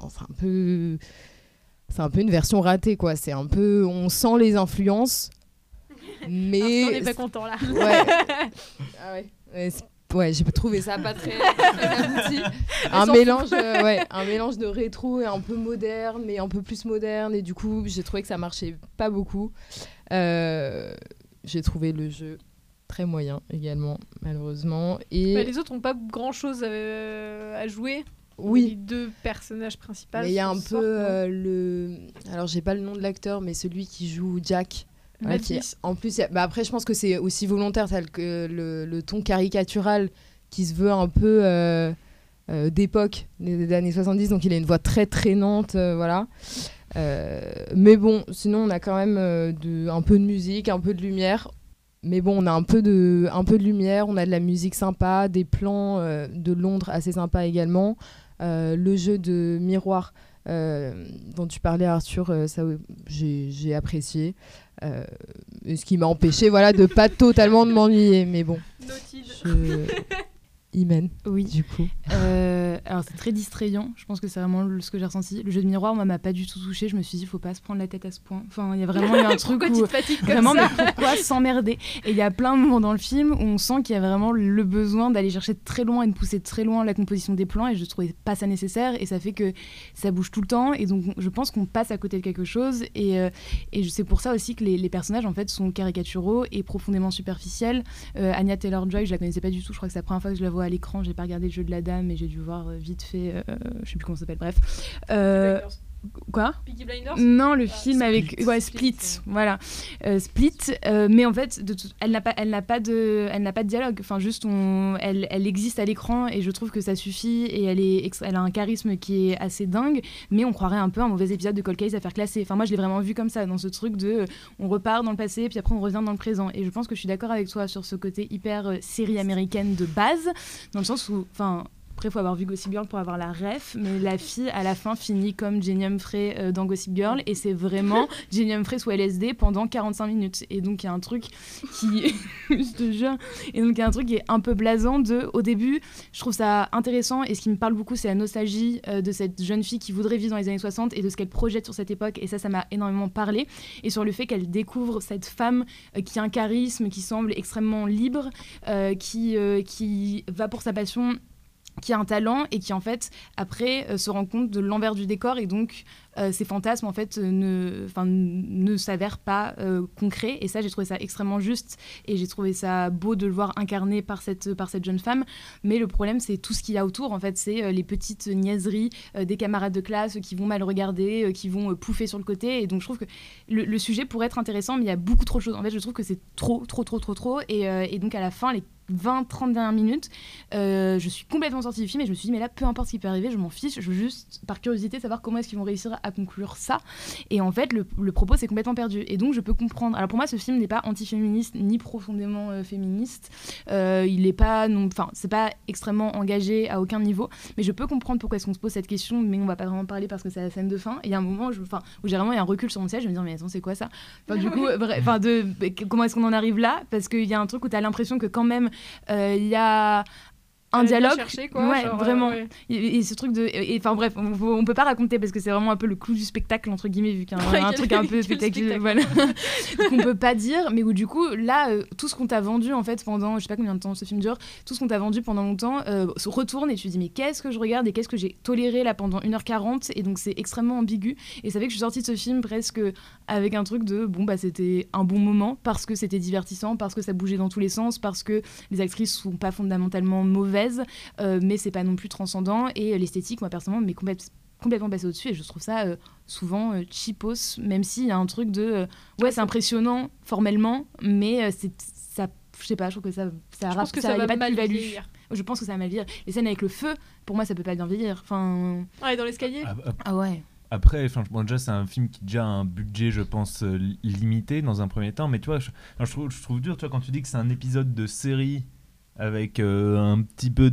un peu une version ratée, quoi. C'est un peu, on sent les influences, mais on n'est pas content là. Ouais. Ah ouais, j'ai trouvé ça pas très abouti. Un mélange de rétro et un peu moderne, mais un peu plus moderne, et du coup j'ai trouvé que ça marchait pas beaucoup. J'ai trouvé le jeu très moyen également, malheureusement. Et les autres n'ont pas grand chose à jouer. Oui. Les deux personnages principaux. Mais il y a un peu alors j'ai pas le nom de l'acteur, mais celui qui joue Jack. Ouais, en plus, après, je pense que c'est aussi volontaire, le ton caricatural qui se veut un peu d'époque, des années 70, donc il a une voix très traînante, voilà. Mais bon, sinon, on a quand même un peu de musique, un peu de lumière. Mais bon, on a un peu de lumière, on a de la musique sympa, des plans de Londres assez sympas également. Le jeu de miroir dont tu parlais, Arthur, ça j'ai apprécié. Ce qui m'a empêché de pas totalement de m'ennuyer, mais bon. Imen, oui. Du coup. Alors c'est très distrayant, je pense que c'est vraiment ce que j'ai ressenti. Le jeu de miroir, moi, m'a pas du tout touché. Je me suis dit, faut pas se prendre la tête à ce point. Enfin, il y a vraiment eu un truc où vraiment, mais pourquoi s'emmerder? Et il y a plein de moments dans le film où on sent qu'il y a vraiment le besoin d'aller chercher très loin et de pousser très loin la composition des plans, et je trouvais pas ça nécessaire, et ça fait que ça bouge tout le temps, et donc je pense qu'on passe à côté de quelque chose, et c'est pour ça aussi que les personnages en fait sont caricaturaux et profondément superficiels. Anya Taylor-Joy, je la connaissais pas du tout, je crois que c'est la première fois que je la vois à l'écran. J'ai pas regardé le jeu de la dame, mais j'ai dû voir vite fait, je sais plus comment ça s'appelle, bref. Quoi ? Peaky Blinders ? Non, le film avec Split, voilà. Split, mais en fait elle n'a pas de dialogue, enfin juste elle existe à l'écran, et je trouve que ça suffit, et elle a un charisme qui est assez dingue, mais on croirait un peu un mauvais épisode de Cold Case à faire classer. Enfin, moi je l'ai vraiment vu comme ça, dans ce truc de on repart dans le passé puis après on revient dans le présent, et je pense que je suis d'accord avec toi sur ce côté hyper série américaine de base, dans le sens où, enfin, après, il faut avoir vu Gossip Girl pour avoir la ref, mais la fille, à la fin, finit comme Jenny Humphrey dans Gossip Girl, et c'est vraiment Jenny Humphrey sous LSD pendant 45 minutes. Et donc, il y a un truc qui... je te jure. Et donc, il y a un truc qui est un peu blasant au début, je trouve ça intéressant, et ce qui me parle beaucoup, c'est la nostalgie de cette jeune fille qui voudrait vivre dans les années 60 et de ce qu'elle projette sur cette époque, et ça m'a énormément parlé. Et sur le fait qu'elle découvre cette femme qui a un charisme, qui semble extrêmement libre, qui va pour sa passion, qui a un talent, et qui en fait après se rend compte de l'envers du décor, et donc ses fantasmes en fait ne s'avèrent pas concrets, et ça j'ai trouvé ça extrêmement juste, et j'ai trouvé ça beau de le voir incarné par cette jeune femme. Mais le problème, c'est tout ce qu'il y a autour, en fait, c'est les petites niaiseries des camarades de classe qui vont mal regarder, qui vont pouffer sur le côté, et donc je trouve que le sujet pourrait être intéressant, mais il y a beaucoup trop de choses. En fait, je trouve que c'est trop, et donc à la fin, les 20-30 dernières minutes, je suis complètement sortie du film, et je me suis dit, mais là, peu importe ce qui peut arriver, je m'en fiche, je veux juste, par curiosité, savoir comment est-ce qu'ils vont réussir à conclure ça. Et en fait, le propos, c'est complètement perdu, et donc je peux comprendre. Alors pour moi, ce film n'est pas anti-féministe ni profondément féministe, il est pas, c'est pas extrêmement engagé à aucun niveau, mais je peux comprendre pourquoi est-ce qu'on se pose cette question, mais on va pas vraiment parler parce que c'est la scène de fin. Et il y a un moment où j'ai vraiment eu un recul sur mon siège, je me dis, mais attends, c'est quoi ça? Du coup, comment est-ce qu'on en arrive là? Parce qu'il y a un truc où t'as l'impression que quand même il y a Elle a bien dialogue, cherché, quoi, ouais, genre, vraiment. ouais. Et ce truc de, enfin bref, on peut pas raconter parce que c'est vraiment un peu le clou du spectacle entre guillemets vu qu'il y a un truc un peu spectaculaire, voilà. Donc on peut pas dire, mais où du coup là, tout ce qu'on t'a vendu en fait pendant, je sais pas combien de temps ce film dure, tout ce qu'on t'a vendu pendant longtemps se retourne et tu te dis mais qu'est-ce que je regarde et qu'est-ce que j'ai toléré là pendant 1h40, et donc c'est extrêmement ambigu, et ça fait que je suis sortie de ce film presque avec un truc de bon bah c'était un bon moment parce que c'était divertissant, parce que ça bougeait dans tous les sens, parce que les actrices sont pas fondamentalement mauvaises, mais c'est pas non plus transcendant, et l'esthétique moi personnellement m'est complètement passé au-dessus, et je trouve ça souvent cheapos, même s'il y a un truc de ouais c'est impressionnant formellement, mais ça, je sais pas, je trouve que ça je pense que ça y a va pas de mal plus-value. vieillir. Je pense que ça va mal vieillir. Les scènes avec le feu, pour moi ça peut pas bien vieillir, enfin Ouais, dans l'escalier. ah ouais. Après, bon, déjà, c'est un film qui a déjà un budget, je pense, limité dans un premier temps. Mais tu vois, je trouve dur, tu vois, quand tu dis que c'est un épisode de série avec un petit peu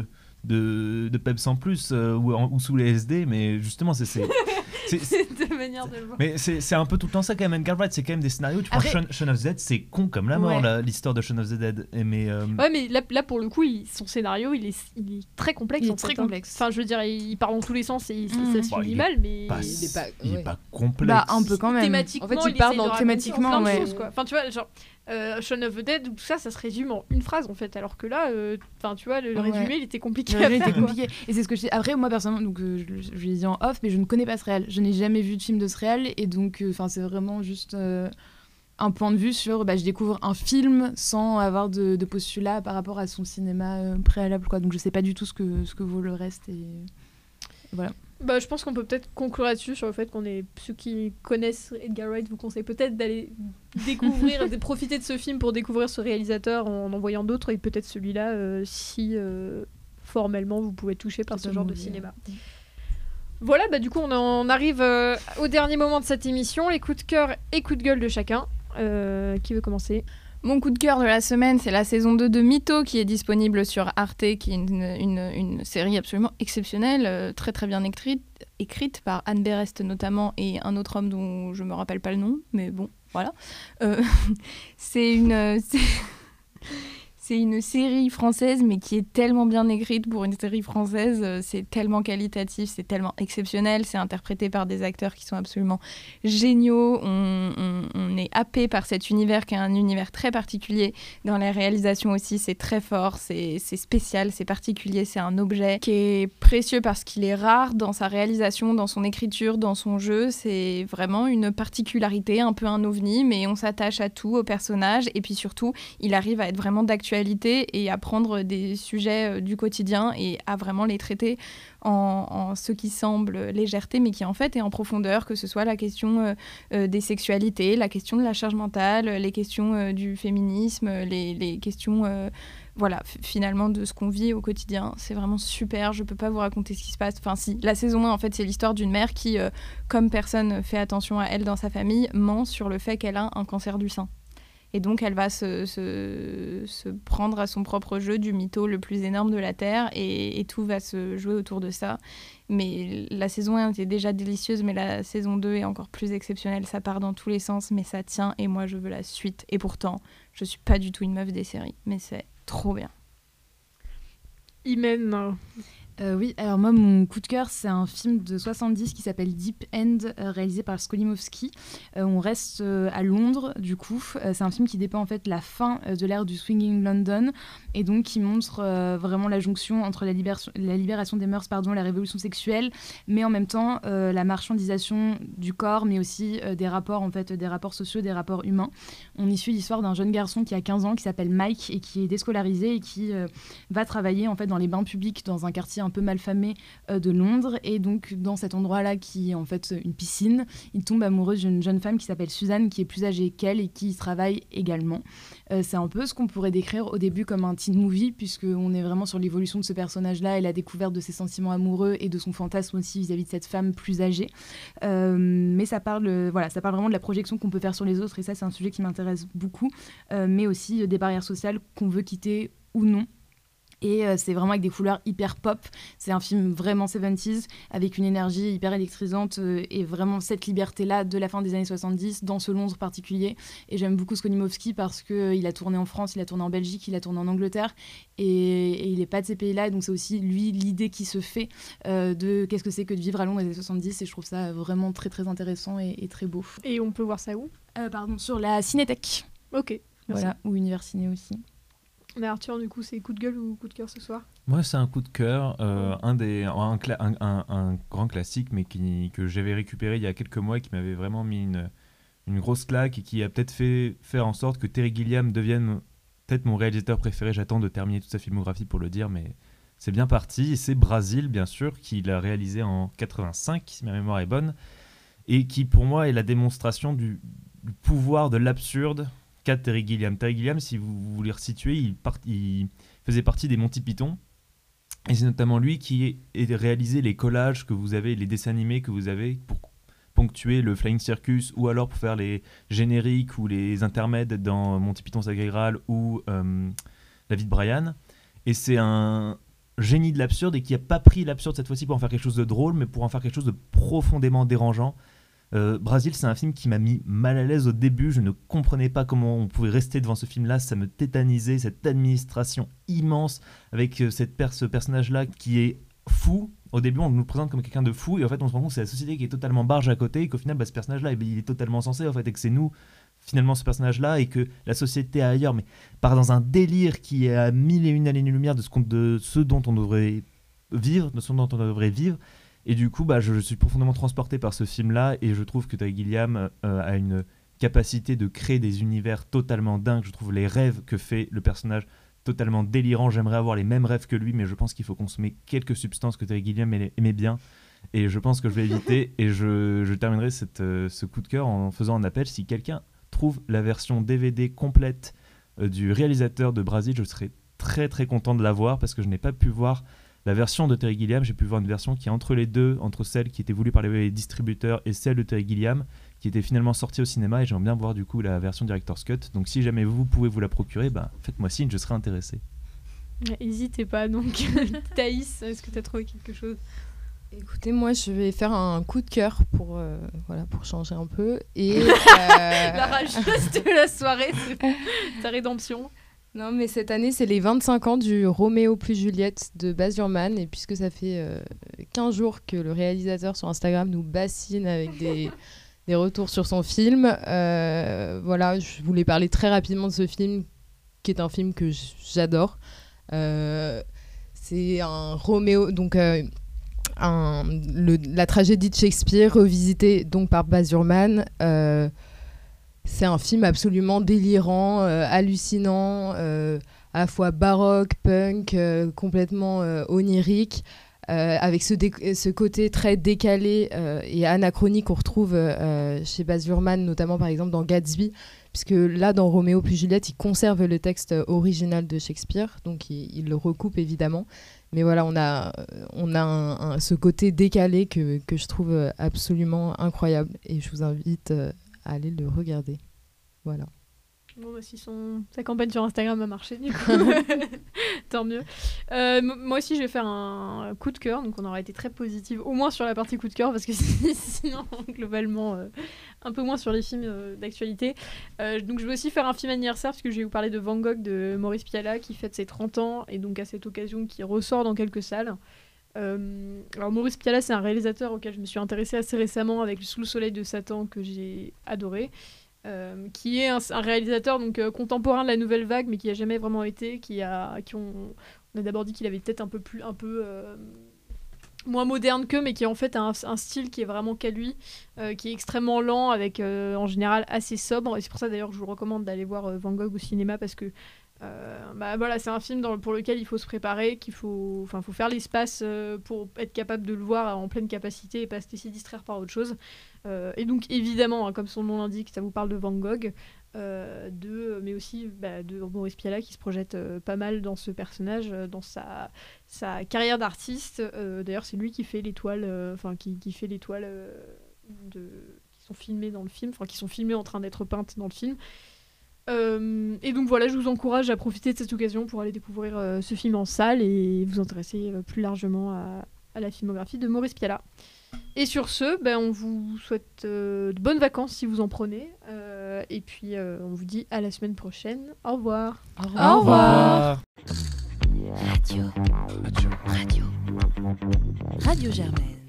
de peps en plus ou sous les SD, mais justement, c'est de manière de le voir. Mais c'est un peu tout le temps ça quand même. Edgar Wright, c'est quand même des scénarios. Tu prends Shaun of the Dead, c'est con comme la mort, ouais. l'histoire de Shaun of the Dead. Ouais, mais là pour le coup, son scénario, il est très complexe. Il est très complexe. Enfin, je veux dire, il part dans tous les sens et ça se finit mal, mais il est pas complexe. Bah un peu quand même. Thématiquement, en fait, il part dans thématiquement, ouais. choses, quoi. Enfin, tu vois, genre Shaun of the Dead ou tout ça, ça se résume en une phrase en fait, alors que là, enfin, tu vois, le résumé, il était compliqué à faire. Compliqué. Et c'est ce que je dis. Après, moi personnellement, donc je l'ai dit en off, mais je ne connais pas ce réal. Je n'ai jamais vu de film de ce réal, et donc, enfin, c'est vraiment juste un point de vue sur, je découvre un film sans avoir de postulat par rapport à son cinéma préalable, quoi. Donc, je sais pas du tout ce que vaut le reste, et voilà. Bah, je pense qu'on peut peut-être conclure là-dessus sur le fait qu'on est ceux qui connaissent Edgar Wright vous conseillent peut-être d'aller découvrir, de profiter de ce film pour découvrir ce réalisateur en voyant d'autres, et peut-être celui-là si formellement vous pouvez être touché par ce genre de cinéma. Voilà, bah du coup on en arrive au dernier moment de cette émission, les coups de cœur et coups de gueule de chacun. Qui veut commencer ? Mon coup de cœur de la semaine, c'est la saison 2 de Mytho qui est disponible sur Arte, qui est une série absolument exceptionnelle, très très bien écrite par Anne Berest notamment, et un autre homme dont je me rappelle pas le nom, mais bon, voilà. C'est une série française, mais qui est tellement bien écrite pour une série française. C'est tellement qualitatif, c'est tellement exceptionnel. C'est interprété par des acteurs qui sont absolument géniaux. On est happé par cet univers qui est un univers très particulier. Dans la réalisation aussi, c'est très fort, c'est spécial, c'est particulier. C'est un objet qui est précieux parce qu'il est rare dans sa réalisation, dans son écriture, dans son jeu. C'est vraiment une particularité, un peu un ovni, mais on s'attache à tout, au personnage. Et puis surtout, il arrive à être vraiment d'actualité et à prendre des sujets du quotidien et à vraiment les traiter en ce qui semble légèreté, mais qui en fait est en profondeur, que ce soit la question des sexualités, la question de la charge mentale, les questions du féminisme, les questions voilà, finalement de ce qu'on vit au quotidien. C'est vraiment super, je peux pas vous raconter ce qui se passe. Enfin si, la saison 1 en fait c'est l'histoire d'une mère qui, comme personne fait attention à elle dans sa famille, ment sur le fait qu'elle a un cancer du sein. Et donc, elle va se prendre à son propre jeu du mytho le plus énorme de la Terre, et tout va se jouer autour de ça. Mais la saison 1 était déjà délicieuse, mais la saison 2 est encore plus exceptionnelle. Ça part dans tous les sens, mais ça tient, et moi, je veux la suite. Et pourtant, je suis pas du tout une meuf des séries, mais c'est trop bien. Imen. Oui, alors moi, mon coup de cœur, c'est un film de 70 qui s'appelle Deep End, réalisé par Skolimowski. On reste à Londres, du coup. C'est un film qui dépeint en fait la fin de l'ère du Swinging London, et donc qui montre vraiment la jonction entre la libération des mœurs, la révolution sexuelle, mais en même temps la marchandisation du corps, mais aussi des rapports sociaux, des rapports humains. On y suit l'histoire d'un jeune garçon qui a 15 ans, qui s'appelle Mike, et qui est déscolarisé et qui va travailler en fait dans les bains publics dans un quartier un peu malfamé de Londres, et donc dans cet endroit-là qui est en fait une piscine, il tombe amoureux d'une jeune femme qui s'appelle Suzanne, qui est plus âgée qu'elle et qui travaille également. C'est un peu ce qu'on pourrait décrire au début comme un teen movie, puisqu'on est vraiment sur l'évolution de ce personnage-là et la découverte de ses sentiments amoureux et de son fantasme aussi vis-à-vis de cette femme plus âgée. Mais ça parle vraiment de la projection qu'on peut faire sur les autres, et ça c'est un sujet qui m'intéresse beaucoup, mais aussi des barrières sociales qu'on veut quitter ou non. Et c'est vraiment avec des couleurs hyper pop. C'est un film vraiment 70s, avec une énergie hyper électrisante et vraiment cette liberté-là de la fin des années 70, dans ce Londres particulier. Et j'aime beaucoup Skolimowski parce qu'il a tourné en France, il a tourné en Belgique, il a tourné en Angleterre. Et il n'est pas de ces pays-là. Et donc c'est aussi, lui, l'idée qui se fait de qu'est-ce que c'est que de vivre à Londres dans les années 70. Et je trouve ça vraiment très, très intéressant et très beau. Et on peut voir ça où ? Sur la Cinétech. Ok, merci. Voilà, ou Univers Ciné aussi. Mais Arthur, du coup, c'est coup de gueule ou coup de cœur ce soir ? Moi, c'est un coup de cœur, un grand classique, mais que j'avais récupéré il y a quelques mois et qui m'avait vraiment mis une grosse claque et qui a peut-être fait faire en sorte que Terry Gilliam devienne peut-être mon réalisateur préféré. J'attends de terminer toute sa filmographie pour le dire, mais c'est bien parti. Et c'est Brazil, bien sûr, qu'il a réalisé en 85, si ma mémoire est bonne, et qui, pour moi, est la démonstration du pouvoir de l'absurde qu'a Terry Gilliam. Terry Gilliam, si vous voulez resituer, il faisait partie des Monty Python. Et c'est notamment lui qui a réalisé les collages que vous avez, les dessins animés que vous avez pour ponctuer le Flying Circus ou alors pour faire les génériques ou les intermèdes dans Monty Python Sacré Graal ou La vie de Brian. Et c'est un génie de l'absurde et qui n'a pas pris l'absurde cette fois-ci pour en faire quelque chose de drôle, mais pour en faire quelque chose de profondément dérangeant. Brazil, c'est un film qui m'a mis mal à l'aise au début. Je ne comprenais pas comment on pouvait rester devant ce film-là. Ça me tétanisait, cette administration immense avec ce personnage-là qui est fou. Au début, on nous le présente comme quelqu'un de fou et en fait, on se rend compte que c'est la société qui est totalement barge à côté et qu'au final, ce personnage-là, il est totalement censé en fait, et que c'est nous, finalement, ce personnage-là et que la société ailleurs, mais part dans un délire qui est à 1001 années-lumière de ce dont on devrait vivre, Et du coup, je suis profondément transporté par ce film-là et je trouve que Terry Gilliam a une capacité de créer des univers totalement dingues. Je trouve les rêves que fait le personnage totalement délirants. J'aimerais avoir les mêmes rêves que lui, mais je pense qu'il faut consommer quelques substances que Terry Gilliam aimait bien. Et je pense que je vais éviter. Et je terminerai ce coup de cœur en faisant un appel. Si quelqu'un trouve la version DVD complète du réalisateur de Brazil, je serais très très content de la voir parce que je n'ai pas pu voir la version de Terry Gilliam. J'ai pu voir une version qui est entre les deux, entre celle qui était voulue par les distributeurs et celle de Terry Gilliam, qui était finalement sortie au cinéma, et j'aimerais bien voir du coup la version Director's Cut. Donc si jamais vous pouvez vous la procurer, faites-moi signe, je serai intéressé. N'hésitez pas donc. Thaïs, est-ce que tu as trouvé quelque chose ? Écoutez, moi je vais faire un coup de cœur pour changer un peu. Et, La rageuse de la soirée, c'est ta rédemption. Non, mais cette année, c'est les 25 ans du Roméo plus Juliette de Baz Luhrmann. Et puisque ça fait 15 jours que le réalisateur sur Instagram nous bassine avec des retours sur son film, je voulais parler très rapidement de ce film, qui est un film que j'adore. C'est un Roméo, donc la tragédie de Shakespeare, revisitée donc par Baz Luhrmann. C'est un film absolument délirant, hallucinant, à la fois baroque, punk, complètement onirique, avec ce côté très décalé et anachronique qu'on retrouve chez Baz Luhrmann, notamment par exemple dans Gatsby, puisque là, dans Roméo plus Juliette, il conserve le texte original de Shakespeare, donc il le recoupe évidemment. Mais voilà, on a ce côté décalé que je trouve absolument incroyable, et je vous invite à aller le regarder. Voilà. Bon, si sa campagne sur Instagram a marché, du coup, tant mieux. Moi aussi, je vais faire un coup de cœur, donc on aura été très positive, au moins sur la partie coup de cœur, parce que sinon, globalement, un peu moins sur les films d'actualité. Donc je vais aussi faire un film anniversaire, parce que je vais vous parler de Van Gogh de Maurice Pialat, qui fête ses 30 ans, et donc à cette occasion, qui ressort dans quelques salles. Alors Maurice Pialat, c'est un réalisateur auquel je me suis intéressée assez récemment avec Sous le soleil de Satan, que j'ai adoré. Qui est un réalisateur donc, contemporain de la nouvelle vague, mais qui n'a jamais vraiment été, on a d'abord dit qu'il avait peut-être un peu moins moderne qu'eux, mais qui en fait a un style qui est vraiment qu'à lui, qui est extrêmement lent, avec en général assez sobre, et c'est pour ça d'ailleurs que je vous recommande d'aller voir Van Gogh au cinéma, parce que c'est un film pour lequel il faut se préparer, faut faire l'espace pour être capable de le voir en pleine capacité et pas se laisser distraire par autre chose. Et donc évidemment, comme son nom l'indique, ça vous parle de Van Gogh, mais aussi de Maurice Pialat, qui se projette pas mal dans ce personnage, dans sa carrière d'artiste. D'ailleurs, c'est lui qui fait les toiles, qui fait les toiles qui sont filmées dans le film, qui sont filmées en train d'être peintes dans le film. Et donc voilà, je vous encourage à profiter de cette occasion pour aller découvrir ce film en salle et vous intéresser plus largement à la filmographie de Maurice Pialat. Et sur ce, on vous souhaite de bonnes vacances si vous en prenez. Et puis on vous dit à la semaine prochaine. Au revoir. Au revoir. Radio Germaine.